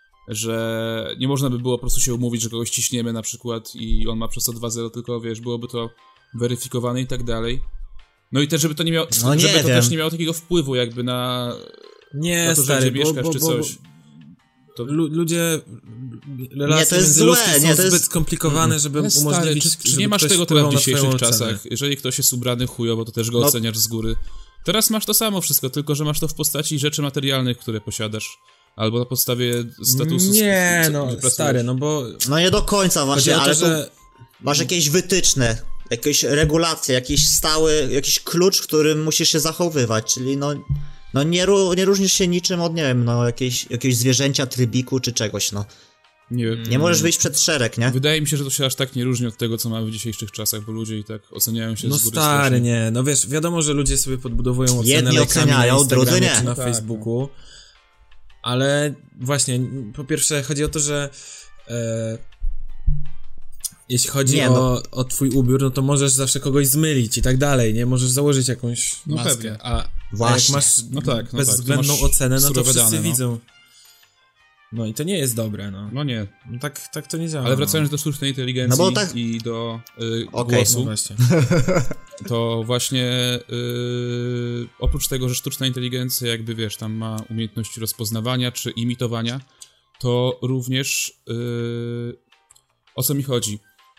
że nie można by było po prostu się umówić, że kogoś ciśniemy na przykład i on ma przez to dwa zero, tylko wiesz, byłoby to weryfikowane i tak dalej. No i też, żeby to nie miało, no nie żeby to wiem. też nie miało takiego wpływu jakby na, nie, na to, stary, że gdzie bo, mieszkasz bo, czy bo, coś. To ludzie, relacje nie, to jest międzyludzkie złe, są nie, to zbyt jest... skomplikowane, żeby ale stary, umożliwić, czy, czy żeby nie masz ktoś tego teraz w dzisiejszych ocenę. czasach? Jeżeli ktoś jest ubrany chujowo, to też go no. oceniasz z góry. Teraz masz to samo wszystko, tylko że masz to w postaci rzeczy materialnych, które posiadasz. Albo na podstawie statusu... Nie, no stary, no bo... No nie do końca właśnie, to, ale że... masz jakieś wytyczne, jakieś regulacje, jakiś stały, jakiś klucz, którym musisz się zachowywać, czyli no... No nie, nie różnisz się niczym od, nie wiem, no jakieś, jakiegoś zwierzęcia, trybiku czy czegoś, no. Nie wiem. Nie możesz wyjść przed szereg, nie? Wydaje mi się, że to się aż tak nie różni od tego, co mamy w dzisiejszych czasach, bo ludzie i tak oceniają się no z góry. No stary, strasznie. nie. No wiesz, wiadomo, że ludzie sobie podbudowują ocenę Jedni oceniają, na drudzy nie. czy na tak, Facebooku. Ale właśnie, po pierwsze chodzi o to, że e, jeśli chodzi nie, o, no. o twój ubiór, no to możesz zawsze kogoś zmylić i tak dalej, nie? Możesz założyć jakąś no maskę. Pewnie. A, Właśnie. a jak masz no tak, no bezwzględną tak, ocenę, no to wszyscy dane, no. widzą. No i to nie jest dobre, no. No nie. No tak, tak to nie działa. Ale wracając no. do sztucznej inteligencji no bo tak... i do y, okay, głosu, no właśnie. to właśnie y, oprócz tego, że sztuczna inteligencja jakby, wiesz, tam ma umiejętności rozpoznawania czy imitowania, to również y, o co mi chodzi?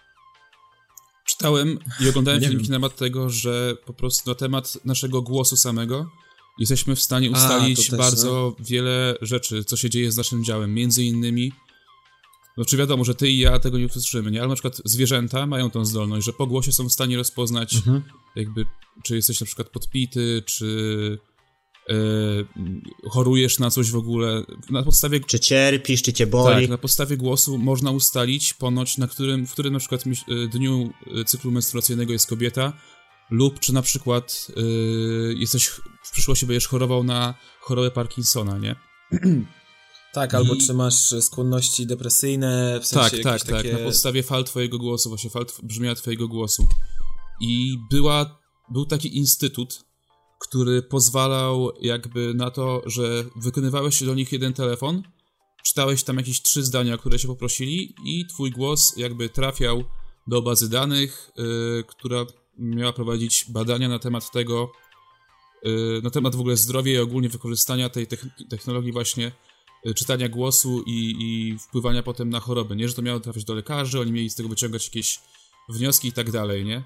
Czytałem i oglądałem Nie filmiki wiem. na temat tego, że po prostu na temat naszego głosu samego jesteśmy w stanie ustalić A, też, bardzo no. wiele rzeczy, co się dzieje z naszym ciałem. Między innymi No czy wiadomo, że ty i ja tego nie usłyszymy, nie? Ale na przykład zwierzęta mają tą zdolność, że po głosie są w stanie rozpoznać mhm. jakby, czy jesteś na przykład podpity, czy e, chorujesz na coś w ogóle. Na podstawie... Czy cierpisz, czy cię boli. Tak, na podstawie głosu można ustalić ponoć, na którym, w którym na przykład dniu cyklu menstruacyjnego jest kobieta, lub czy na przykład y, jesteś, w przyszłości będziesz chorował na chorobę Parkinsona, nie? Tak, I... albo czy masz skłonności depresyjne, w sensie Tak, tak, takie... tak, na podstawie fal twojego głosu, właśnie fal brzmienia twojego głosu. I była, był taki instytut, który pozwalał jakby na to, że wykonywałeś do nich jeden telefon, czytałeś tam jakieś trzy zdania, które cię poprosili i twój głos jakby trafiał do bazy danych, yy, która miała prowadzić badania na temat tego, yy, na temat w ogóle zdrowia i ogólnie wykorzystania tej technologii właśnie yy, czytania głosu i, i wpływania potem na choroby, nie? Że to miało trafić do lekarzy, oni mieli z tego wyciągać jakieś wnioski i tak dalej, nie?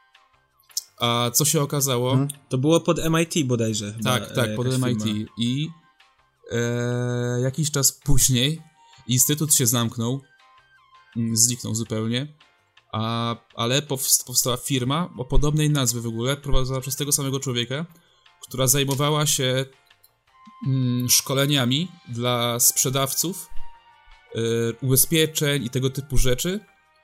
A co się okazało? Hmm. To było pod M I T bodajże. Tak, chyba, tak, pod M I T. Firma. I e, jakiś czas później instytut się zamknął, zniknął zupełnie, a, ale powstała firma o podobnej nazwie w ogóle, prowadzona przez tego samego człowieka, która zajmowała się mm, szkoleniami dla sprzedawców y, ubezpieczeń i tego typu rzeczy,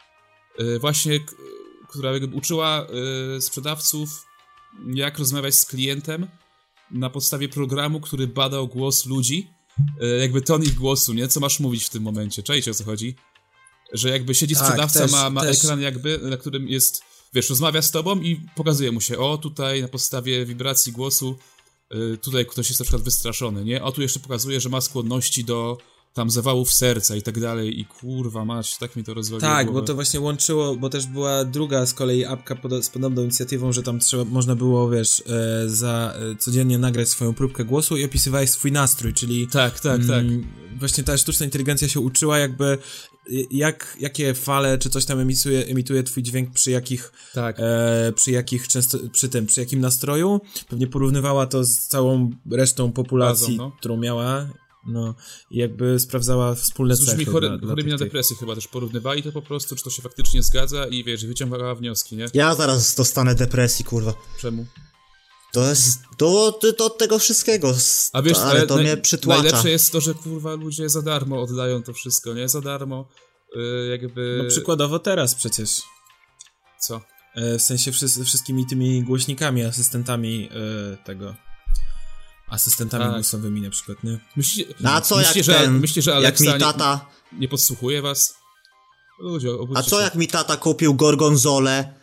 y, właśnie k- która jakby uczyła y, sprzedawców, jak rozmawiać z klientem na podstawie programu, który badał głos ludzi, y, jakby ton ich głosu, nie? Co masz mówić w tym momencie? Czajcie, o co chodzi? Że jakby siedzi tak, sprzedawca, też, ma, ma też. ekran jakby, na którym jest, wiesz, rozmawia z tobą i pokazuje mu się, o tutaj na podstawie wibracji głosu, y, tutaj ktoś jest na przykład wystraszony, nie? O tu jeszcze pokazuje, że ma skłonności do tam zawałów serca i tak dalej i kurwa mać, tak mi to rozwaliło Tak, głowę. bo to właśnie łączyło, bo też była druga z kolei apka pod, z podobną inicjatywą, że tam trzeba, można było, wiesz, e, za e, codziennie nagrać swoją próbkę głosu i opisywałeś swój nastrój, czyli tak, tak, tak. Mm, właśnie ta sztuczna inteligencja się uczyła jakby jak, jakie fale czy coś tam emituje, emituje twój dźwięk przy jakich tak. e, przy jakich często, przy tym, przy jakim nastroju, pewnie porównywała to z całą resztą populacji, Bazą, no. którą miała. No, i jakby sprawdzała wspólne cechy. Z ludźmi chory, chorymi na depresję chyba też porównywali to po prostu, czy to się faktycznie zgadza i wiesz, wyciągała wnioski, nie? Ja zaraz dostanę depresji, kurwa. Czemu? To jest, to, to, to od tego wszystkiego, a wiesz, to, ale to naj, mnie przytłacza. Najlepsze jest to, że kurwa ludzie za darmo oddają to wszystko, nie? Za darmo, yy, jakby... No przykładowo teraz przecież. Co? Yy, w sensie wszyscy, wszystkimi tymi głośnikami, asystentami yy, tego... Asystentami tak. głosowymi na przykład, nie? Myślicie, no a co myślicie, jak że, ten, myślicie, że Alexa jak mi tata... nie, nie podsłuchuje was? Ludzie, a co się. jak mi tata kupił gorgonzolę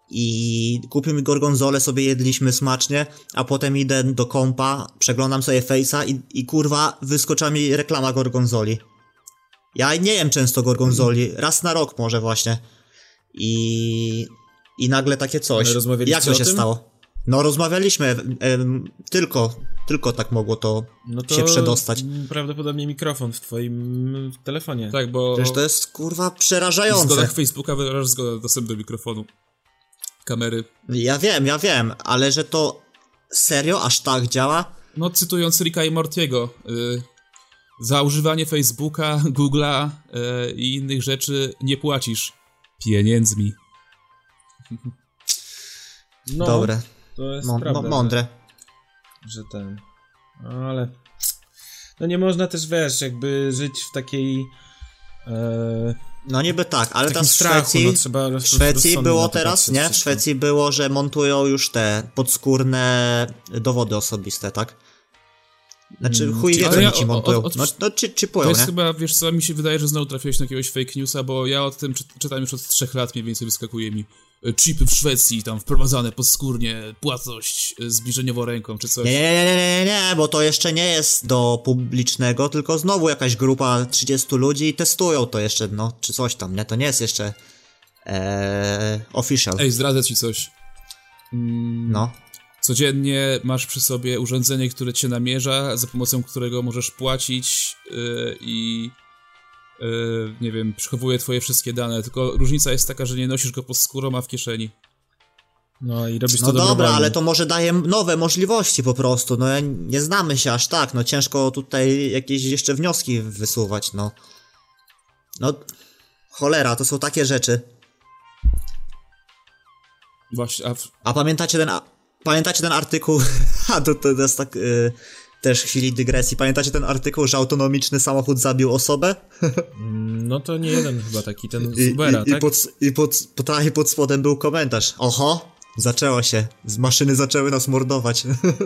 i kupił mi gorgonzolę, sobie jedliśmy smacznie, a potem idę do kompa, przeglądam sobie Face'a i, i kurwa wyskoczyła mi reklama gorgonzoli. Ja nie jem często gorgonzoli, raz na rok może właśnie. I, i nagle takie coś. Jak to się stało? No rozmawialiśmy, e, e, tylko, tylko tak mogło to, no to się przedostać. Prawdopodobnie mikrofon w twoim telefonie. Tak, bo... Przecież to jest kurwa przerażające. W zgodach Facebooka wyrażasz zgodę na dostęp do mikrofonu. Kamery. Ja wiem, ja wiem, ale że to serio aż tak działa? No cytując Ricka i Mortiego, y, za używanie Facebooka, Google'a y, i innych rzeczy nie płacisz pieniędzmi. No. Dobre. To jest Mą- prawda, mądre. Że, że ten... No, ale... No nie można też, wiesz, jakby żyć w takiej... E... No niby tak, ale teraz w strachu, Szwecji... no, trzeba w Szwecji było teraz, nie? W Szwecji było, że montują już te podskórne dowody osobiste, tak? Znaczy hmm, chuj wie, co ja, ci montują. O, o, o, no, no czy, czy To jest nie? chyba, wiesz co, mi się wydaje, że znowu trafiłeś na jakiegoś fake newsa, bo ja o tym czy, czytam już od trzech lat, mniej więcej wyskakuje mi chipy w Szwecji, tam wprowadzane podskórnie, płatność zbliżeniowo ręką, czy coś. Nie, nie, nie, nie, nie, bo to jeszcze nie jest do publicznego, tylko znowu jakaś grupa trzydziestu ludzi testują to jeszcze, no, czy coś tam, nie? To nie jest jeszcze ee, official. Ej, zdradzę ci coś. Mm, no. Codziennie masz przy sobie urządzenie, które cię namierza, za pomocą którego możesz płacić yy, i yy, nie wiem, przechowuje twoje wszystkie dane, tylko różnica jest taka, że nie nosisz go pod skórą, a w kieszeni. No i robisz no to dobra, dobrowolnie. Ale to może daje nowe możliwości po prostu, no nie znamy się aż tak, no ciężko tutaj jakieś jeszcze wnioski wysuwać, no. No... Cholera, to są takie rzeczy. Właśnie, a... W... A pamiętacie ten, a, pamiętacie ten artykuł? A to, to jest tak y, też chwili dygresji. Pamiętacie ten artykuł, że autonomiczny samochód zabił osobę? No to nie jeden chyba taki, ten I, z Ubera, i, tak? I pod, i pod, pod, i pod spodem był komentarz. Oho, zaczęło się. Z maszyny zaczęły nas mordować.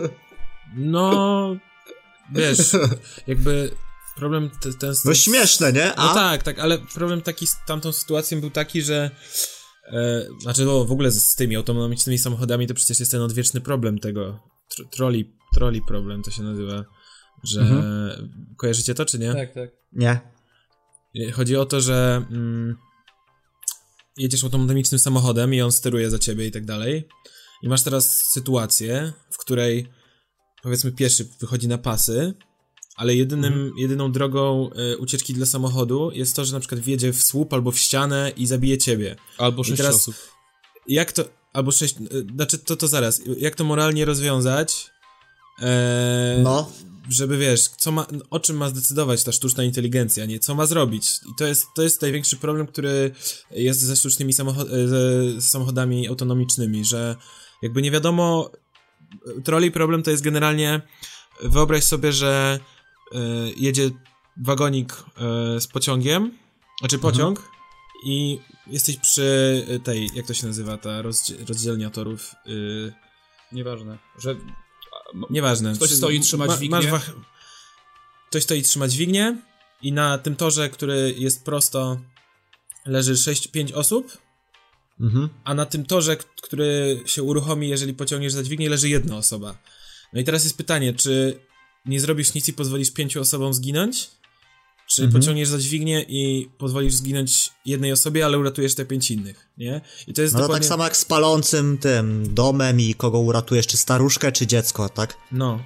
No, wiesz, jakby problem te, ten... No śmieszne, nie? A? No tak, tak, ale problem taki z tamtą sytuacją był taki, że e, znaczy no, w ogóle z, z tymi autonomicznymi samochodami to przecież jest ten odwieczny problem tego, tr troli, troli problem to się nazywa, że mhm. kojarzycie to czy nie? Tak, tak. Nie. Chodzi o to, że mm, jedziesz autonomicznym samochodem i on steruje za ciebie i tak dalej i masz teraz sytuację, w której powiedzmy pieszy wychodzi na pasy, ale jedynym, mhm. jedyną drogą y, ucieczki dla samochodu jest to, że na przykład wjedzie w słup albo w ścianę i zabije ciebie. Albo sześć teraz, osób. Jak to, albo sześć, y, znaczy to, to zaraz, jak to moralnie rozwiązać, e, no. żeby wiesz, co ma, o czym ma zdecydować ta sztuczna inteligencja, nie? Co ma zrobić? I to jest, to jest największy problem, który jest ze sztucznymi samochod ze samochodami autonomicznymi, że jakby nie wiadomo, troli problem to jest generalnie, wyobraź sobie, że y, jedzie wagonik y, z pociągiem, znaczy pociąg mhm. i jesteś przy tej, jak to się nazywa, ta rozdzie rozdzielnia torów. Y, Nieważne, że... Nieważne. Ktoś stoi i trzyma dźwignię. Masz wach... Ktoś stoi i trzyma dźwignię i na tym torze, który jest prosto, leży sześć pięć osób, mhm. a na tym torze, który się uruchomi, jeżeli pociągniesz za dźwignię, leży jedna osoba. No i teraz jest pytanie, czy nie zrobisz nic i pozwolisz pięciu osobom zginąć? Czy mhm. pociągniesz za dźwignię i pozwolisz zginąć jednej osobie, ale uratujesz te pięć innych, nie? I to jest no dokładnie... tak samo jak z palącym tym domem i kogo uratujesz, czy staruszkę, czy dziecko, tak? No.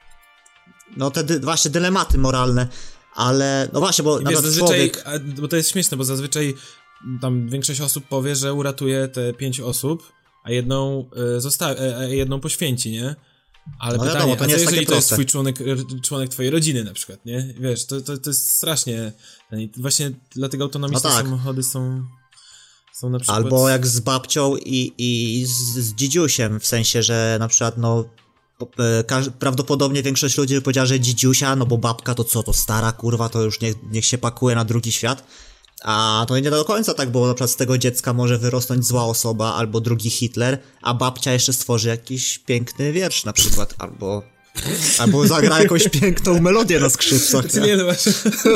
No te dy właśnie dylematy moralne, ale no właśnie, bo I na wiesz, przykład zazwyczaj, człowiek... a, bo to jest śmieszne, bo zazwyczaj tam większość osób powie, że uratuje te pięć osób, a jedną y, zostawi, a jedną poświęci, nie? Ale no pytanie, wiadomo, to nie a co jest jeżeli to jest twój członek, członek twojej rodziny na przykład, nie? Wiesz, to, to, to jest strasznie... Właśnie dlatego autonomiczne no tak. samochody są... są na przykład... Albo jak z babcią i, i z, z dzidziusiem, w sensie, że na przykład no... prawdopodobnie większość ludzi by powiedziała, że dzidziusia, no bo babka to co, to stara kurwa, to już niech, niech się pakuje na drugi świat. A to nie do końca tak, bo na przykład z tego dziecka może wyrosnąć zła osoba, albo drugi Hitler, a babcia jeszcze stworzy jakiś piękny wiersz na przykład, albo... Albo zagra jakąś piękną melodię na skrzypcach. Nie, no właśnie.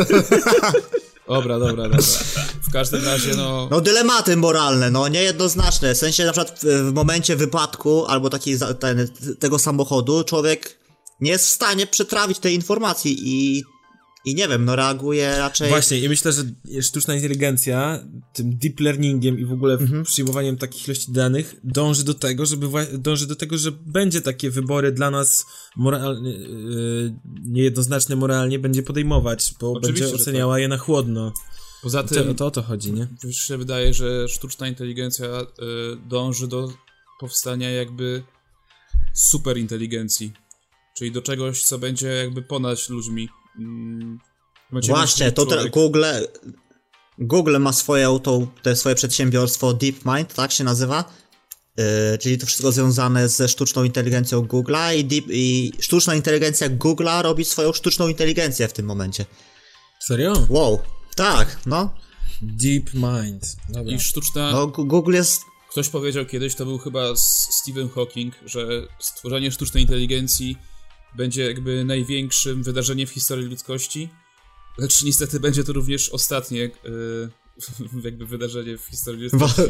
Dobra, dobra, dobra. W każdym razie, no... No dylematy moralne, no niejednoznaczne. W sensie na przykład w, w momencie wypadku albo takiej, ten, tego samochodu człowiek nie jest w stanie przetrawić tej informacji i... I nie wiem, no reaguje raczej... Właśnie, i myślę, że sztuczna inteligencja tym deep learningiem i w ogóle mhm. przyjmowaniem takich ilości danych dąży do tego, żeby dąży do tego, że będzie takie wybory dla nas moralnie, yy, niejednoznaczne moralnie będzie podejmować, bo Oczywiście, będzie oceniała je na chłodno. Poza tym to, to o to chodzi, nie? Już się wydaje, że sztuczna inteligencja y, dąży do powstania jakby superinteligencji, czyli do czegoś, co będzie jakby ponad ludźmi. Hmm, Właśnie, to te, Google Google ma swoje auto, te swoje przedsiębiorstwo DeepMind, tak się nazywa, yy, czyli to wszystko związane ze sztuczną inteligencją Google'a i, deep, i sztuczna inteligencja Google'a robi swoją sztuczną inteligencję w tym momencie. Serio? Wow, tak, no. DeepMind. Dobra. I sztuczna... No, Google jest... Ktoś powiedział kiedyś, to był chyba Stephen Hawking, że stworzenie sztucznej inteligencji będzie jakby największym wydarzeniem w historii ludzkości, lecz niestety będzie to również ostatnie yy, jakby wydarzenie w historii ludzkości.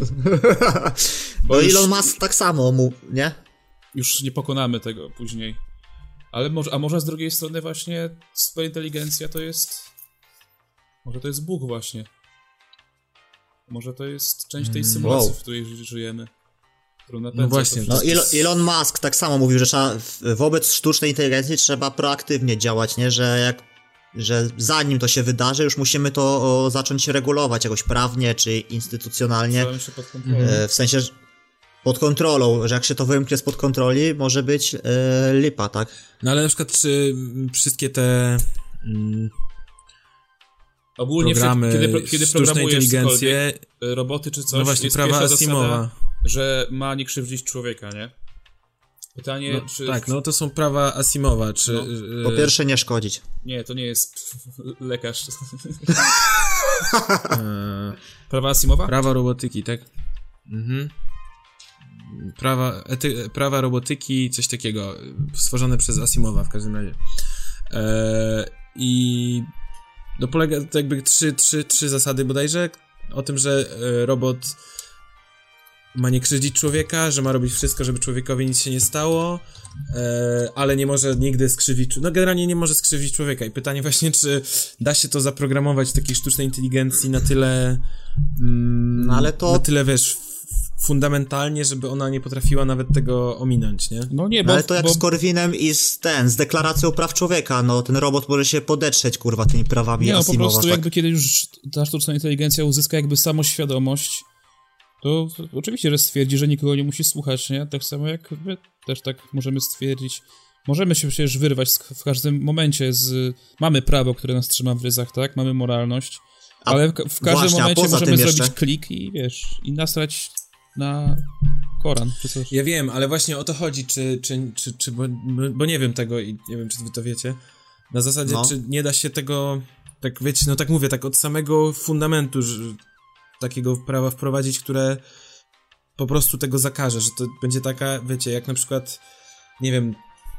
Bo już, Elon Musk tak samo mu, nie? Już nie pokonamy tego później. Ale może, a może z drugiej strony właśnie superinteligencja to jest... Może to jest Bóg właśnie. Może to jest część tej symulacji, wow. w której żyjemy. No właśnie. No Elon, Elon Musk tak samo mówił, że trzeba wobec sztucznej inteligencji trzeba proaktywnie działać, nie? Że jak, że zanim to się wydarzy, już musimy to o, zacząć regulować jakoś prawnie czy instytucjonalnie. Się pod kontrolą. E, w sensie pod kontrolą, że jak się to wymknie spod kontroli, może być e, lipa, tak? No ale na przykład czy wszystkie te mm, Ogólnie programy, kiedy, kiedy, kiedy sztuczną programujesz inteligencję, roboty czy coś, no właśnie, jest prawa pierwsza Asimowa. zasada, że ma nie krzywdzić człowieka, nie? Pytanie, no, czy... Tak, no to są prawa Asimowa, czy... No. y... Po pierwsze nie szkodzić. Nie, to nie jest lekarz. e... Prawa Asimowa? Prawa robotyki, tak? Mhm. Prawa, ety, prawa robotyki, coś takiego, stworzone przez Asimowa w każdym razie. E... I... No polega to jakby trzy, trzy, trzy zasady bodajże, o tym, że e, robot ma nie krzywdzić człowieka, że ma robić wszystko, żeby człowiekowi nic się nie stało, e, ale nie może nigdy skrzywić, no generalnie nie może skrzywić człowieka. I pytanie właśnie, czy da się to zaprogramować w takiej sztucznej inteligencji na tyle, mm, no ale to... na tyle, wiesz, fundamentalnie, żeby ona nie potrafiła nawet tego ominąć, nie? No nie, bo... No ale to jak bo... z Korwinem i z ten, z deklaracją praw człowieka, no ten robot może się podetrzeć, kurwa, tymi prawami Nie, no Asimowa. po prostu tak? jakby kiedy już ta sztuczna inteligencja uzyska jakby samoświadomość, to oczywiście, że stwierdzi, że nikogo nie musi słuchać, nie? Tak samo jak my też tak możemy stwierdzić. Możemy się przecież wyrwać w każdym momencie z... Mamy prawo, które nas trzyma w ryzach, tak? Mamy moralność, ale w, w każdym właśnie, momencie możemy zrobić jeszcze... klik i wiesz, i nasrać na Koran, czy coś. Ja wiem, ale właśnie o to chodzi, czy, czy, czy, czy bo, bo nie wiem tego i nie wiem, czy wy to wiecie. Na zasadzie, no. czy nie da się tego, tak wiecie, no tak mówię, tak od samego fundamentu że, takiego prawa wprowadzić, które po prostu tego zakaże, że to będzie taka, wiecie, jak na przykład, nie wiem,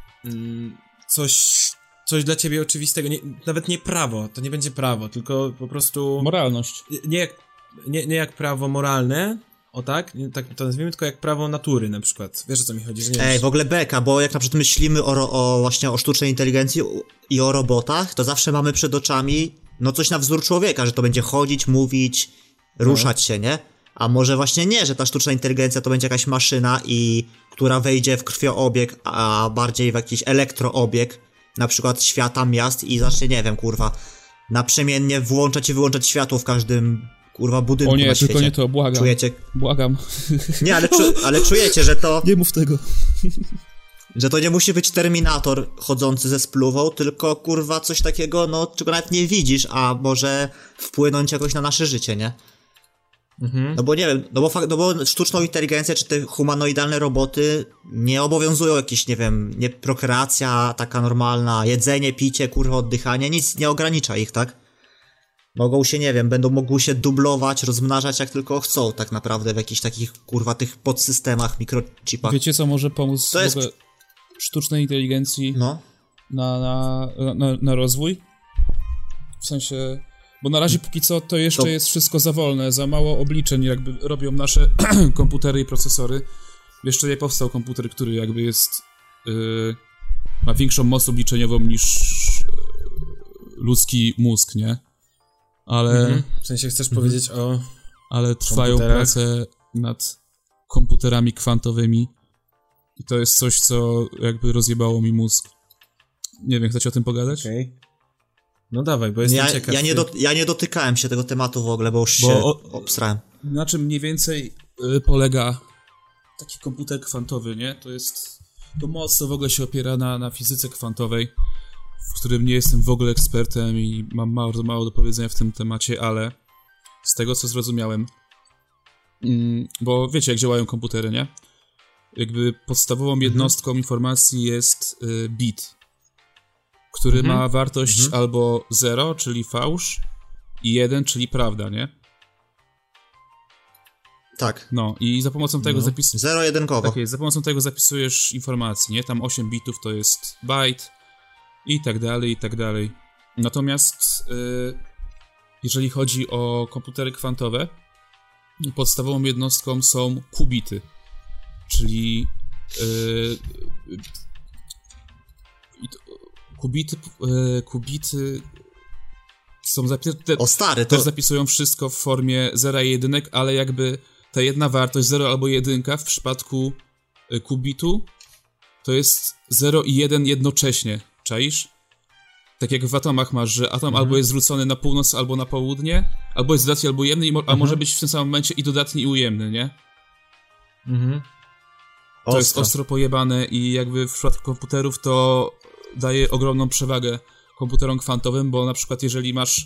coś, coś dla ciebie oczywistego, nie, nawet nie prawo, to nie będzie prawo, tylko po prostu... Moralność. Nie jak, nie, nie jak prawo moralne, o tak? Tak to nazwijmy, tylko jak prawo natury na przykład. Wiesz, o co mi chodzi? Że nie Ej, wiesz. w ogóle beka, bo jak na przykład myślimy o, o właśnie o sztucznej inteligencji i o robotach, to zawsze mamy przed oczami no coś na wzór człowieka, że to będzie chodzić, mówić, ruszać no. się, nie? A może właśnie nie, że ta sztuczna inteligencja to będzie jakaś maszyna i która wejdzie w krwioobieg, a bardziej w jakiś elektroobieg, na przykład świata miast i zacznie, nie wiem, kurwa, naprzemiennie włączać i wyłączać światło w każdym kurwa budynku o nie, na świecie. tylko nie to, błagam. Czujecie? Błagam. Nie, ale, czu, ale czujecie, że to... Nie mów tego. Że to nie musi być Terminator chodzący ze spluwą, tylko kurwa coś takiego, no, czego nawet nie widzisz, a może wpłynąć jakoś na nasze życie, nie? Mhm. No bo nie wiem, no bo, fakt, no bo sztuczną inteligencję, czy te humanoidalne roboty nie obowiązują jakieś, nie wiem, nie prokreacja taka normalna, jedzenie, picie, kurwa, oddychanie, nic nie ogranicza ich, tak? Mogą się, nie wiem, będą mogły się dublować, rozmnażać jak tylko chcą, tak naprawdę w jakichś takich, kurwa, tych podsystemach, mikrochipach. Wiecie, co może pomóc to jest... w ogóle sztucznej inteligencji no. na, na, na, na rozwój? W sensie... Bo na razie póki co to jeszcze to... jest wszystko za wolne, za mało obliczeń jakby robią nasze komputery i procesory. Jeszcze nie powstał komputer, który jakby jest... Yy, ma większą moc obliczeniową niż ludzki mózg, nie? Ale... Mhm. W sensie chcesz mhm. powiedzieć o... Ale trwają prace nad komputerami kwantowymi i to jest coś, co jakby rozjebało mi mózg. Nie wiem, chcecie o tym pogadać? Okej. Okay. No dawaj, bo jestem ja, ciekaw. Ja nie, do, ja nie dotykałem się tego tematu w ogóle, bo już bo się o, obstrałem. Na czym mniej więcej y, polega taki komputer kwantowy, nie? To jest... To mocno w ogóle się opiera na, na fizyce kwantowej, w którym nie jestem w ogóle ekspertem i mam mało, mało do powiedzenia w tym temacie, ale z tego, co zrozumiałem, mm, bo wiecie, jak działają komputery, nie? Jakby podstawową jednostką mhm. informacji jest y, bit, który mhm. ma wartość mhm. albo zero, czyli fałsz, i jeden, czyli prawda, nie? Tak. No, i za pomocą tego no. zapisujesz... Zero-jedynkowo. Tak jest, za pomocą tego zapisujesz informacje, nie? Tam osiem bitów to jest byte i tak dalej, i tak dalej. Natomiast yy, jeżeli chodzi o komputery kwantowe, podstawową jednostką są kubity, czyli yy, kubity, yy, kubity są zapisane... O stary, to... Też zapisują wszystko w formie zera i jedynek, ale jakby ta jedna wartość, zero albo jedynka w przypadku y, kubitu to jest zero i jeden jednocześnie, czaisz? Tak jak w atomach masz, że atom mhm. albo jest zwrócony na północ, albo na południe, albo jest dodatni, albo ujemny, mo- a mhm. może być w tym samym momencie i dodatni, i ujemny, nie? Mhm. To ostro. Jest ostro pojebane i jakby w przypadku komputerów to daje ogromną przewagę komputerom kwantowym, bo na przykład jeżeli masz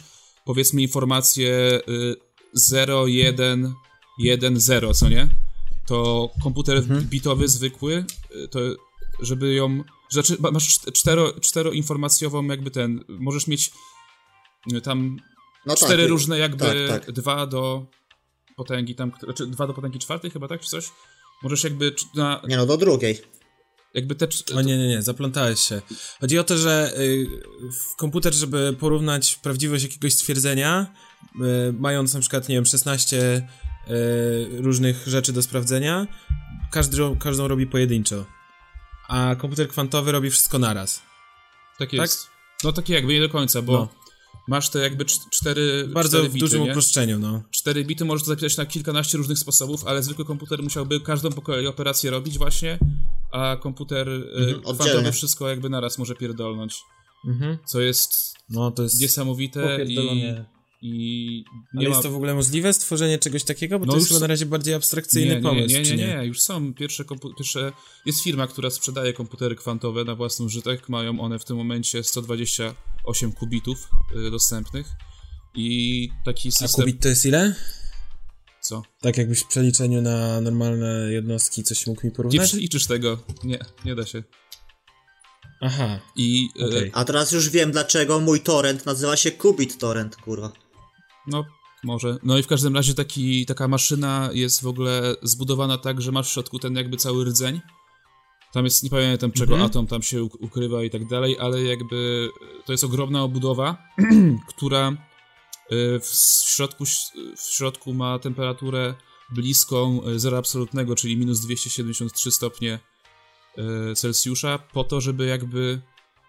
powiedzmy informację y, zero, jeden, jeden, zero, co nie? To komputer mhm. bitowy, zwykły, y, to żeby ją... Znaczy, masz cztero, czteroinformacjową jakby ten... Możesz mieć y, tam no cztery tak, różne jakby... Tak, tak. Dwa do potęgi tam... Znaczy dwa do potęgi czwartej chyba, tak? Czy coś? Możesz jakby na... Nie no, do drugiej. Jakby te... O nie, nie, nie, zaplątałeś się. Chodzi o to, że y, w komputer, żeby porównać prawdziwość jakiegoś stwierdzenia, y, mając na przykład, nie wiem, szesnaście y, różnych rzeczy do sprawdzenia, każdą, każdą robi pojedynczo. A komputer kwantowy robi wszystko naraz. Tak jest. Tak? No takie jakby nie do końca, bo no. masz te jakby cztery Bardzo cztery w bity, dużym nie? uproszczeniu, no. Cztery bity możesz to zapisać na kilkanaście różnych sposobów, ale zwykły komputer musiałby każdą po kolei operację robić właśnie, a komputer mhm, kwantowy wszystko jakby naraz może pierdolnąć. Mhm. Co jest, no, to jest niesamowite i... I nie Ale ma... jest to w ogóle możliwe, stworzenie czegoś takiego? Bo no to jest chyba na razie bardziej abstrakcyjny nie, pomysł, nie, nie, nie, nie, nie, nie, już są pierwsze, kompu... pierwsze... Jest firma, która sprzedaje komputery kwantowe na własny użytek, mają one w tym momencie sto dwadzieścia osiem kubitów y, dostępnych i taki system... A kubit to jest ile? Co? Tak jakbyś w przeliczeniu na normalne jednostki coś mógł mi porównać? Nie przeliczysz tego, nie, nie da się. Aha. I, okay. y... A teraz już wiem, dlaczego mój torrent nazywa się Qubit Torrent, kurwa. No, może. No i w każdym razie taki, taka maszyna jest w ogóle zbudowana tak, że masz w środku ten jakby cały rdzeń. Tam jest, nie pamiętam czego mm-hmm. atom tam się ukrywa i tak dalej, ale jakby to jest ogromna obudowa, która w środku, w środku ma temperaturę bliską zera absolutnego, czyli minus dwieście siedemdziesiąt trzy stopnie Celsjusza, po to, żeby jakby...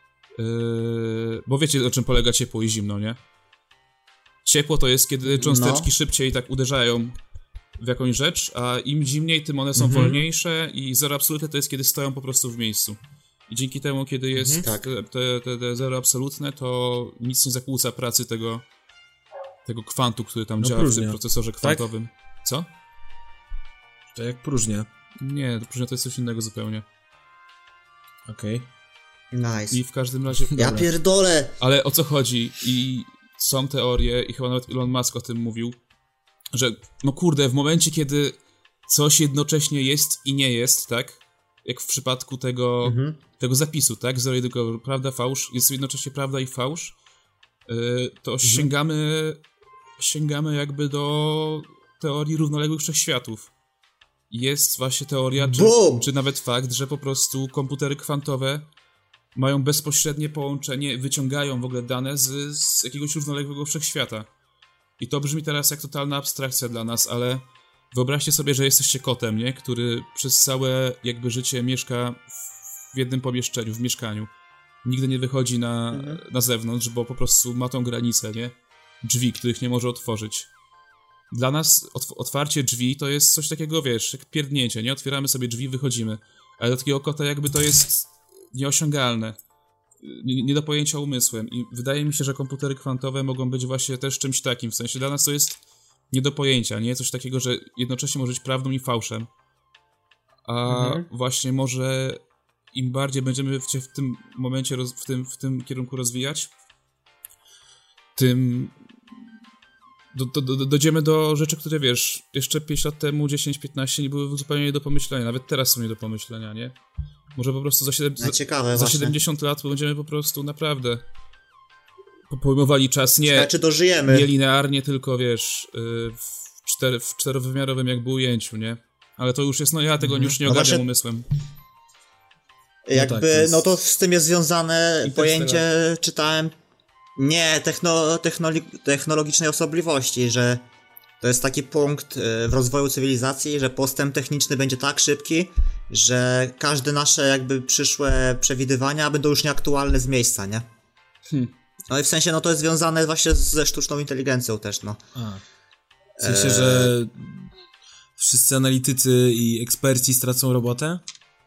Bo wiecie, o czym polega ciepło i zimno, nie? Ciepło to jest, kiedy cząsteczki no. szybciej tak uderzają w jakąś rzecz, a im zimniej, tym one są mhm. wolniejsze i zero absolutne to jest, kiedy stoją po prostu w miejscu. I dzięki temu, kiedy jest mhm, tak. te, te, te, te zero absolutne, to nic nie zakłóca pracy tego, tego kwantu, który tam no działa próżnia. w tym procesorze kwantowym. Tak? Co? To jak próżnia. Nie, próżnia to jest coś innego zupełnie. Okej. Okay. Nice. I w każdym razie... Ja dobra. pierdolę! Ale o co chodzi? I są teorie, i chyba nawet Elon Musk o tym mówił, że no kurde, w momencie, kiedy coś jednocześnie jest i nie jest, tak? Jak w przypadku tego, mhm. tego zapisu, tak? Zero jedynkowy, prawda, fałsz, jest jednocześnie prawda i fałsz, yy, to mhm. sięgamy sięgamy jakby do teorii równoległych wszechświatów. Jest właśnie teoria, czy, czy nawet fakt, że po prostu komputery kwantowe mają bezpośrednie połączenie, wyciągają w ogóle dane z, z jakiegoś równoległego wszechświata. I to brzmi teraz jak totalna abstrakcja dla nas, ale wyobraźcie sobie, że jesteście kotem, nie? Który przez całe jakby życie mieszka w jednym pomieszczeniu, w mieszkaniu. Nigdy nie wychodzi na, mhm. na zewnątrz, bo po prostu ma tą granicę, nie? Drzwi, których nie może otworzyć. Dla nas otwarcie drzwi to jest coś takiego, wiesz, jak pierdnięcie, nie? Otwieramy sobie drzwi, wychodzimy. Ale dla takiego kota jakby to jest nieosiągalne. Nie, nie do pojęcia umysłem. I wydaje mi się, że komputery kwantowe mogą być właśnie też czymś takim. W sensie dla nas to jest nie do pojęcia, nie? Coś takiego, że jednocześnie może być prawdą i fałszem. A mhm. właśnie może im bardziej będziemy się w tym momencie, roz, w, tym, w tym kierunku rozwijać, tym do, do, do, dojdziemy do rzeczy, które wiesz, jeszcze pięć lat temu, dziesięć piętnaście nie były zupełnie nie do pomyślenia. Nawet teraz są nie do pomyślenia, nie? Może po prostu za, siedem, no, ciekawe, za, za siedemdziesiąt lat będziemy po prostu naprawdę pojmowali czas nie, Ciekawe, czy dożyjemy. nie linearnie, tylko wiesz, w, cztery, w czterowymiarowym jakby ujęciu, nie? Ale to już jest, no ja tego mhm. już nie ogarniam no właśnie, umysłem. Jakby, no, tak, to jest... no to z tym jest związane pojęcie, czytałem, nie techno, technolo, technologicznej osobliwości, że to jest taki punkt w rozwoju cywilizacji, że postęp techniczny będzie tak szybki, że każde nasze jakby przyszłe przewidywania będą już nieaktualne z miejsca, nie? Hmm. No i w sensie, no to jest związane właśnie ze sztuczną inteligencją też, no. A. W sensie, e... że wszyscy analitycy i eksperci stracą robotę?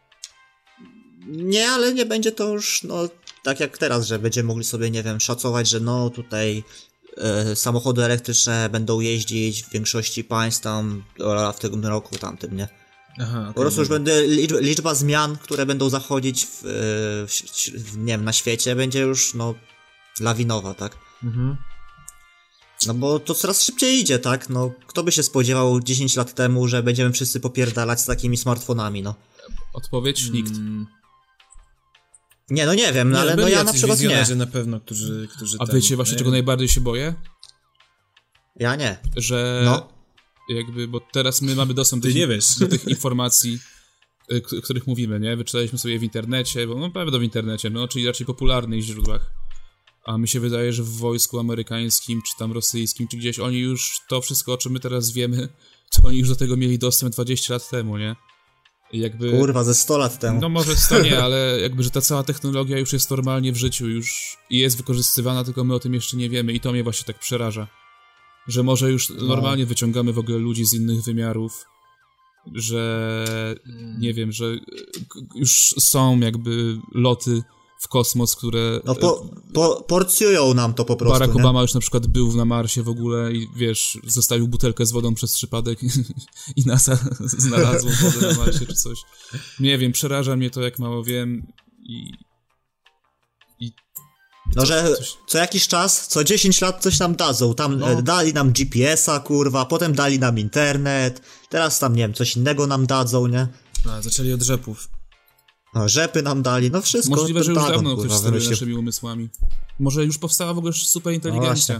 Nie, ale nie będzie to już, no, tak jak teraz, że będziemy mogli sobie, nie wiem, szacować, że no tutaj e, samochody elektryczne będą jeździć w większości państw tam w tym roku, tamtym, nie? Aha, okay. Po prostu już będzie liczba, liczba zmian, które będą zachodzić w, w, w, nie wiem, na świecie będzie już, no, lawinowa, tak? Mhm. No bo to coraz szybciej idzie, tak? No, kto by się spodziewał dziesięć lat temu, że będziemy wszyscy popierdalać z takimi smartfonami, no. Odpowiedź? Nikt. Mm. Nie, no nie wiem, no, Nie, ale no byli ja na jacyś przykład nie. wizjonerzy na pewno, którzy... którzy A ten, wiecie właśnie, nie? czego najbardziej się boję? Ja nie. Że No. jakby, bo teraz my mamy dostęp do, Ty nie wiesz. do tych informacji, y, k- o których mówimy, nie? Wyczytaliśmy sobie w internecie, bo no pewno w internecie, no, czyli raczej popularnych źródłach. A mi się wydaje, że w wojsku amerykańskim, czy tam rosyjskim, czy gdzieś oni już to wszystko, o czym my teraz wiemy, to oni już do tego mieli dostęp dwadzieścia lat temu, nie? I jakby... Kurwa, ze sto lat temu. No może sto nie, ale jakby, że ta cała technologia już jest normalnie w życiu, już i jest wykorzystywana, tylko my o tym jeszcze nie wiemy i to mnie właśnie tak przeraża. Że może już No. normalnie wyciągamy w ogóle ludzi z innych wymiarów, że nie wiem, że k- już są jakby loty w kosmos, które... No po, po, porcjują nam to po prostu, Barack nie? Obama już na przykład był na Marsie w ogóle i wiesz, zostawił butelkę z wodą przez przypadek i NASA znalazło wodę na Marsie czy coś. Nie wiem, przeraża mnie to, jak mało wiem i... i No, że coś- co jakiś czas, co dziesięć lat coś nam dadzą. Tam No. e, dali nam G P S a, kurwa, potem dali nam internet, teraz tam, nie wiem, coś innego nam dadzą, nie? A, zaczęli od rzepów. No, rzepy nam dali, no wszystko. Możliwe, ten że już Dagon, dawno kurwa, ktoś steruje wymyślił. naszymi umysłami. Może już powstała w ogóle super inteligencja.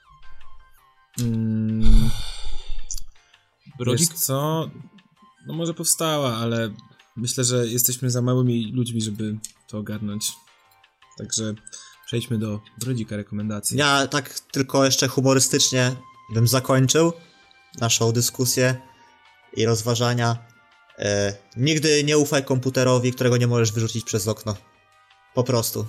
Mm, Brodzik? wiesz co? No może powstała, ale myślę, że jesteśmy za małymi ludźmi, żeby to ogarnąć. Także przejdźmy do Brodzika rekomendacji. Ja tak tylko jeszcze humorystycznie bym zakończył naszą dyskusję i rozważania. E, nigdy nie ufaj komputerowi, którego nie możesz wyrzucić przez okno. Po prostu.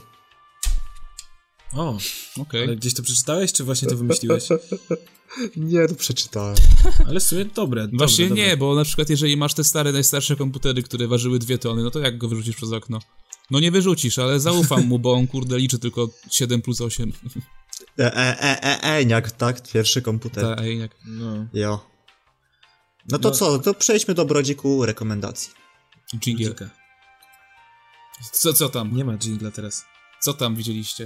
O, Okej. ale gdzieś to przeczytałeś, czy właśnie to wymyśliłeś? Nie, to przeczytałem. Ale w sumie dobre, dobre Właśnie dobre. nie, bo na przykład jeżeli masz te stare, najstarsze komputery, które ważyły dwie tony, no to jak go wyrzucisz przez okno? No nie wyrzucisz, ale zaufam mu, bo on kurde liczy tylko siedem plus osiem. E, e, e, e, Eniak, tak? Pierwszy komputer. Ta, ej, jak... No, Jo. No to No. co, to przejdźmy do Brodziku rekomendacji. Jingle. Brodzika. Co, co tam? Nie ma jingla teraz. Co tam widzieliście?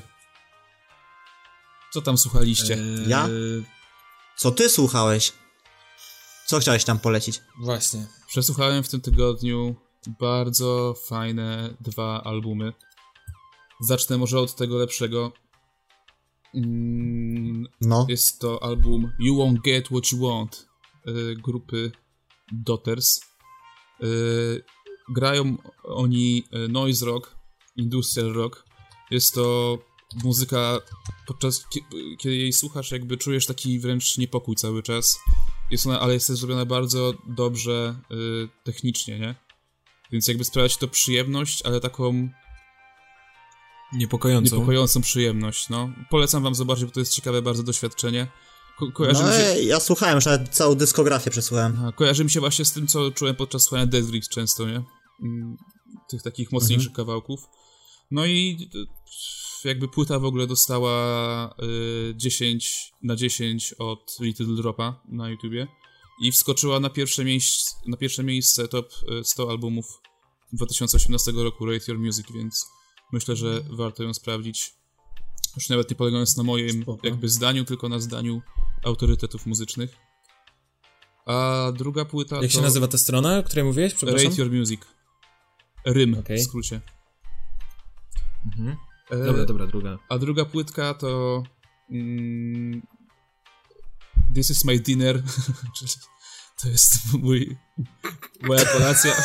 Co tam słuchaliście? Eee, Ja? Co ty słuchałeś? Co chciałeś tam polecić? Właśnie. Przesłuchałem w tym tygodniu bardzo fajne dwa albumy. Zacznę może od tego lepszego. Mm, No. Jest to album You Won't Get What You Want y, grupy Daughters. Y, grają oni y, noise rock, industrial rock. Jest to muzyka, podczas kie- kiedy jej słuchasz, jakby czujesz taki wręcz niepokój cały czas. Jest ona, ale jest też zrobiona bardzo dobrze y, technicznie, nie? Więc jakby sprawia ci to przyjemność, ale taką Niepokojącą. niepokojącą przyjemność, no. Polecam wam zobaczyć, bo to jest ciekawe bardzo doświadczenie. Ko- kojarzy, No mi się, ej, ja słuchałem, już nawet całą dyskografię przesłuchałem. Aha, kojarzy mi się właśnie z tym, co czułem podczas słuchania Death Grips często, nie? Mm, Tych takich mocniejszych Mhm. kawałków. No i y, jakby płyta w ogóle dostała y, dziesięć na dziesięć od Little Dropa na YouTubie i wskoczyła na pierwsze, miejsc, na pierwsze miejsce top y, sto albumów dwa tysiące osiemnastego roku Rate Your Music, więc myślę, że warto ją sprawdzić. Już nawet nie polegając na moim Spoko. jakby zdaniu, tylko na zdaniu autorytetów muzycznych. A druga płyta Jak to się nazywa ta strona, o której mówiłeś? Przepraszam. Rate Your Music. Rym Okej. w skrócie. Mhm. E, Dobra, dobra, druga. A druga płytka to mm, This is my dinner. Czyli to jest mój moja kolacja.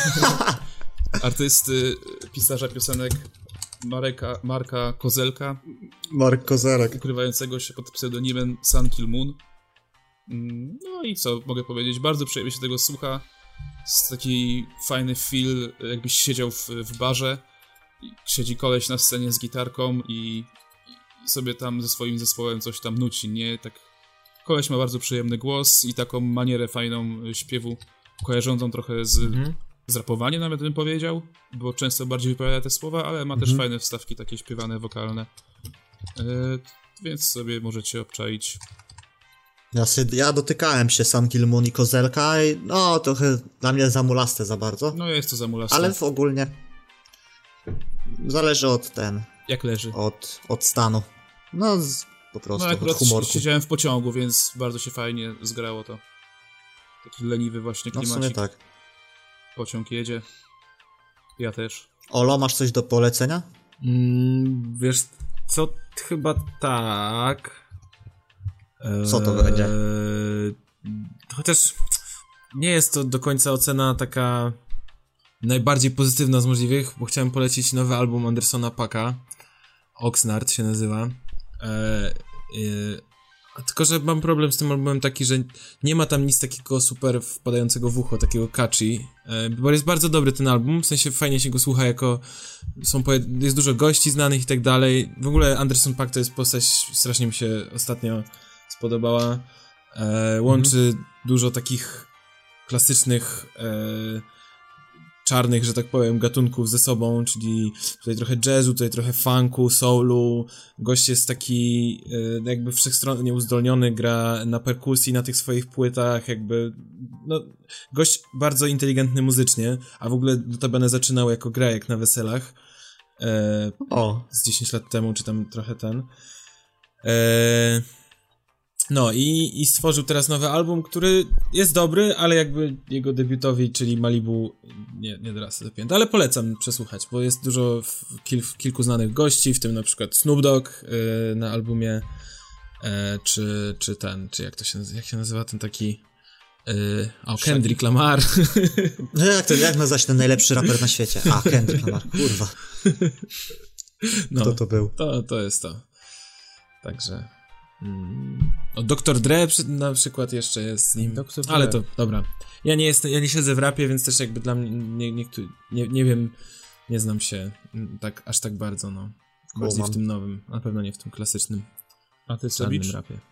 Artysty, pisarza piosenek Mareka, Marka Kozelka, Mark Kozarek. ukrywającego się pod pseudonimem Sun Kill Moon. Mm, No i co mogę powiedzieć? Bardzo przyjemnie się tego słucha. Jest taki fajny feel, jakbyś siedział w, w barze. I siedzi koleś na scenie z gitarką i, i sobie tam ze swoim zespołem coś tam nuci, nie? Tak. Koleś ma bardzo przyjemny głos i taką manierę fajną y, śpiewu, kojarzącą trochę z, Mhm. z rapowaniem nawet bym powiedział, bo często bardziej wypowiada te słowa, ale ma też Mhm. fajne wstawki takie śpiewane, wokalne. E, więc sobie możecie obczaić. Ja, sy- ja dotykałem się Sun Kill Moon i Kozelka i no trochę dla mnie zamulaste za bardzo. No jest to zamulaste. Ale w ogólnie zależy od ten, Jak leży. od, od stanu. No z, po prostu, No od akurat humorku. siedziałem w pociągu, więc bardzo się fajnie zgrało to. Taki leniwy właśnie No w klimacik. sumie tak. Pociąg jedzie. Ja też. Olo, masz coś do polecenia? Mm, wiesz co, chyba tak. Co to będzie? Eee, chociaż nie jest to do końca ocena taka najbardziej pozytywna z możliwych, bo chciałem polecić nowy album Andersona Paaka. Oxnard się nazywa. Eee, eee, tylko, że mam problem z tym albumem taki, że nie ma tam nic takiego super wpadającego w ucho, takiego catchy, eee, bo jest bardzo dobry ten album, w sensie fajnie się go słucha jako są poje- jest dużo gości znanych i tak dalej. W ogóle Anderson Paak to jest postać, strasznie mi się ostatnio spodobała. Eee, łączy mm. dużo takich klasycznych eee, czarnych, że tak powiem, gatunków ze sobą, czyli tutaj trochę jazzu, tutaj trochę funku, soulu. Gość jest taki e, jakby wszechstronnie uzdolniony, gra na perkusji na tych swoich płytach, jakby no, gość bardzo inteligentny muzycznie, a w ogóle notabene zaczynał jako grajek na weselach e, O. z dziesięć lat temu, czy tam trochę ten. E, No i, i stworzył teraz nowy album, który jest dobry, ale jakby jego debiutowi, czyli Malibu, nie, nie da się zapięty, ale polecam przesłuchać, bo jest dużo kil, kilku znanych gości, w tym na przykład Snoop Dogg yy, na albumie, yy, czy, czy ten, czy jak to się, jak się nazywa ten taki, yy, o, Kendrick Lamar. No jak to, jak nazwać ten najlepszy raper na świecie? A, Kendrick Lamar, kurwa. No, Kto to był? To, to jest to. Także... Mm. O, doktor Dre przy, na przykład jeszcze jest z nim, doktor ale Dre. to, dobra. Ja nie jestem, ja nie siedzę w rapie, więc też jakby dla mnie, nie, nie, nie, nie wiem, nie znam się tak, aż tak bardzo, no. Bardziej Kumam. w tym nowym, na pewno nie w tym klasycznym, A ty co, czarnym Bicz? rapie.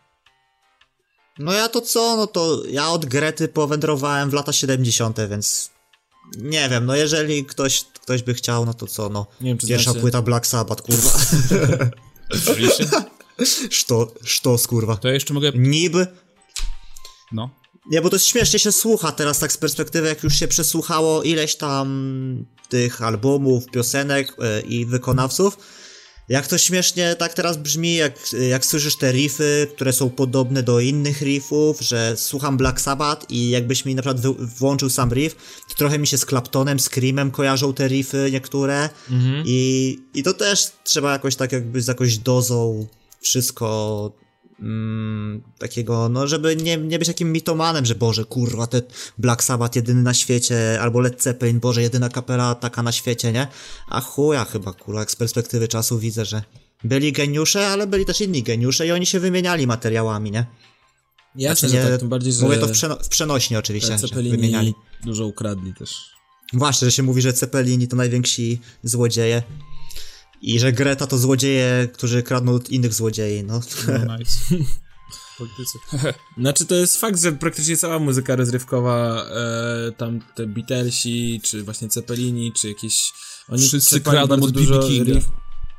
No ja to co? No to ja od Grety powędrowałem w lata siedemdziesiąte, więc nie wiem, no jeżeli ktoś, ktoś by chciał, no to co, no. Nie wiem, czy Pierwsza znacie... płyta Black Sabbath, kurwa. Oczywiście. Szto, sztos, kurwa. To ja jeszcze mogę... Niby. No. Nie, bo to śmiesznie się słucha teraz tak z perspektywy, jak już się przesłuchało ileś tam tych albumów, piosenek yy, i wykonawców. Jak to śmiesznie tak teraz brzmi, jak, jak słyszysz te riffy, które są podobne do innych riffów, że słucham Black Sabbath i jakbyś mi na przykład wy, włączył sam riff, to trochę mi się z Claptonem, Screamem kojarzą te riffy niektóre. Mhm. I, I to też trzeba jakoś tak jakby z jakąś dozą wszystko mm, takiego, no żeby nie, nie być takim mitomanem, że Boże, kurwa, te Black Sabbath jedyny na świecie, albo Led Zeppelin, Boże, jedyna kapela taka na świecie, nie? A chuja chyba, kurwa, jak z perspektywy czasu widzę, że byli geniusze, ale byli też inni geniusze i oni się wymieniali materiałami, nie? Jasne, Znaczy, że nie, tak, tym bardziej, że mówię to w, przeno- w przenośni oczywiście, że Zeppelini wymieniali. dużo ukradli też. Właśnie, że się mówi, że Zeppelini to najwięksi złodzieje. I że Greta to złodzieje, którzy kradną od innych złodziei, no. No nice. Politycy. Znaczy to jest fakt, że praktycznie cała muzyka rozrywkowa, e, tam te Beatlesi, czy właśnie Zeppelini, czy jakieś... Oni Wszyscy czerpali kradną bardzo od B dużo B Kinga. riff-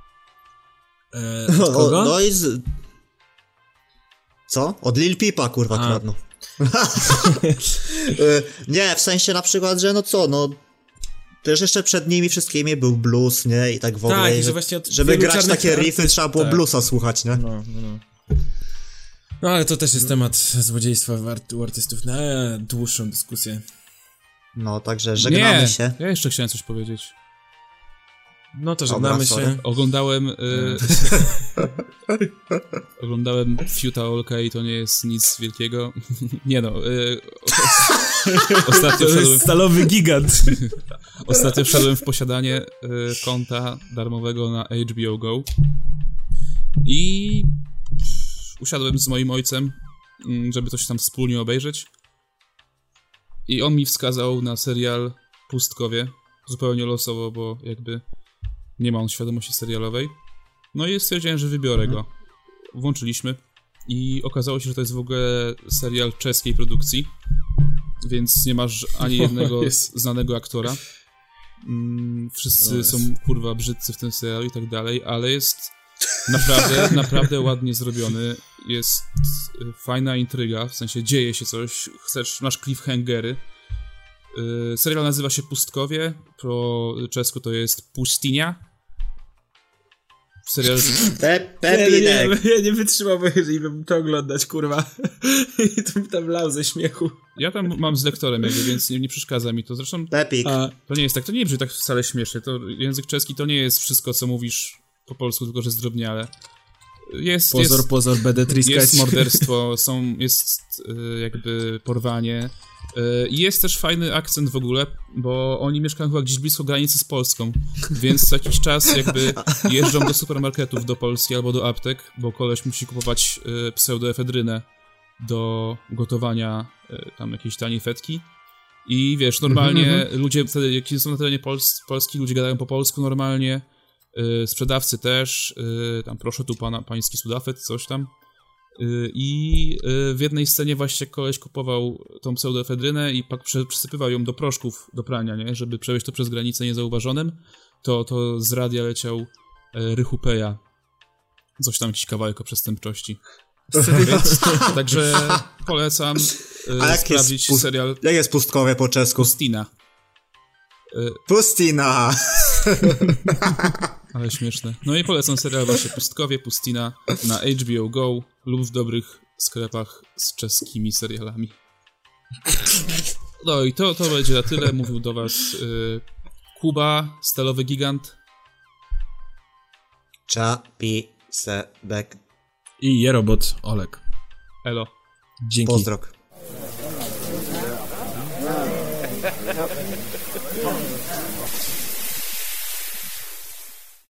E, od kogo? O, no i z... Co? Od Lil Peepa, kurwa, A. kradną. Nie, w sensie na przykład, że no co, no... Też jeszcze przed nimi wszystkimi był blues, nie? I tak w ogóle. Tak, i że, że właśnie od żeby wielu grać czarnych takie artystów- riffy, trzeba było tak. bluesa słuchać, nie? No, no, no. No ale to też jest temat złodziejstwa w art- u artystów na dłuższą dyskusję. No, także żegnamy Nie, się. ja jeszcze chciałem coś powiedzieć. No to Dobra, żegnamy sorry. się. Oglądałem... Y... Oglądałem Fiuta Olka i to nie jest nic wielkiego. Nie no. Y... Ostatnio To wszedłem... jest stalowy gigant. Ostatnio wszedłem w posiadanie y, konta darmowego na H B O Go i usiadłem z moim ojcem, y, żeby coś tam wspólnie obejrzeć. I on mi wskazał na serial Pustkowie, zupełnie losowo, bo jakby nie ma on świadomości serialowej. No i stwierdziłem, że wybiorę go. Włączyliśmy i okazało się, że to jest w ogóle serial czeskiej produkcji, więc nie masz ani jednego jest. znanego aktora. Mm, wszyscy jest. są kurwa brzydcy w tym serialu i tak dalej, ale jest naprawdę, naprawdę ładnie zrobiony. Jest y, fajna intryga, w sensie dzieje się coś, chcesz, masz cliffhangery. Y, serial nazywa się Pustkowie, po czesku to jest Pustynia. serial... Pe Pepinek! Ja nie, nie wytrzymałbym, jeżeli bym to oglądać, kurwa. I to tam lał ze śmiechu. Ja tam mam z lektorem jakby, więc nie, nie przeszkadza mi to. Zresztą Pepik. A, to nie jest tak, to nie brzmi tak wcale śmiesznie. To język czeski to nie jest wszystko, co mówisz po polsku, tylko że zdrobniale. Jest, pozor, jest, pozor, będę triskać. jest morderstwo, są, jest y, jakby porwanie. I y, jest też fajny akcent w ogóle, bo oni mieszkają chyba gdzieś blisko granicy z Polską, więc co jakiś czas jakby jeżdżą do supermarketów do Polski albo do aptek, bo koleś musi kupować y, pseudoefedrynę do gotowania y, tam jakiejś taniej fetki. I wiesz, normalnie ludzie wtedy, jak są na terenie Pols- Polski, ludzie gadają po polsku normalnie, y, sprzedawcy też, y, tam proszę tu pana, pański sudafet, coś tam. Y, I y, w jednej scenie właśnie koleś kupował tą pseudoefedrynę i pak prze- przysypywał ją do proszków do prania, nie? Żeby przejść to przez granicę niezauważonym. To, to z radia leciał y, Rychu Peja. Coś tam, jakiś kawałek o przestępczości. Więc, także polecam y, sprawdzić pust- serial Jak jest pustkowie po czesku? Pustina. Y, Pustina! ale śmieszne. No i polecam serial właśnie Pustkowie, Pustina na H B O Go lub w dobrych sklepach z czeskimi serialami. No i to, to będzie na tyle. Mówił do was y, Kuba, stalowy gigant. Czapi sebek. I Jerobot Olek. Elo. Dzięki. Pozdrok.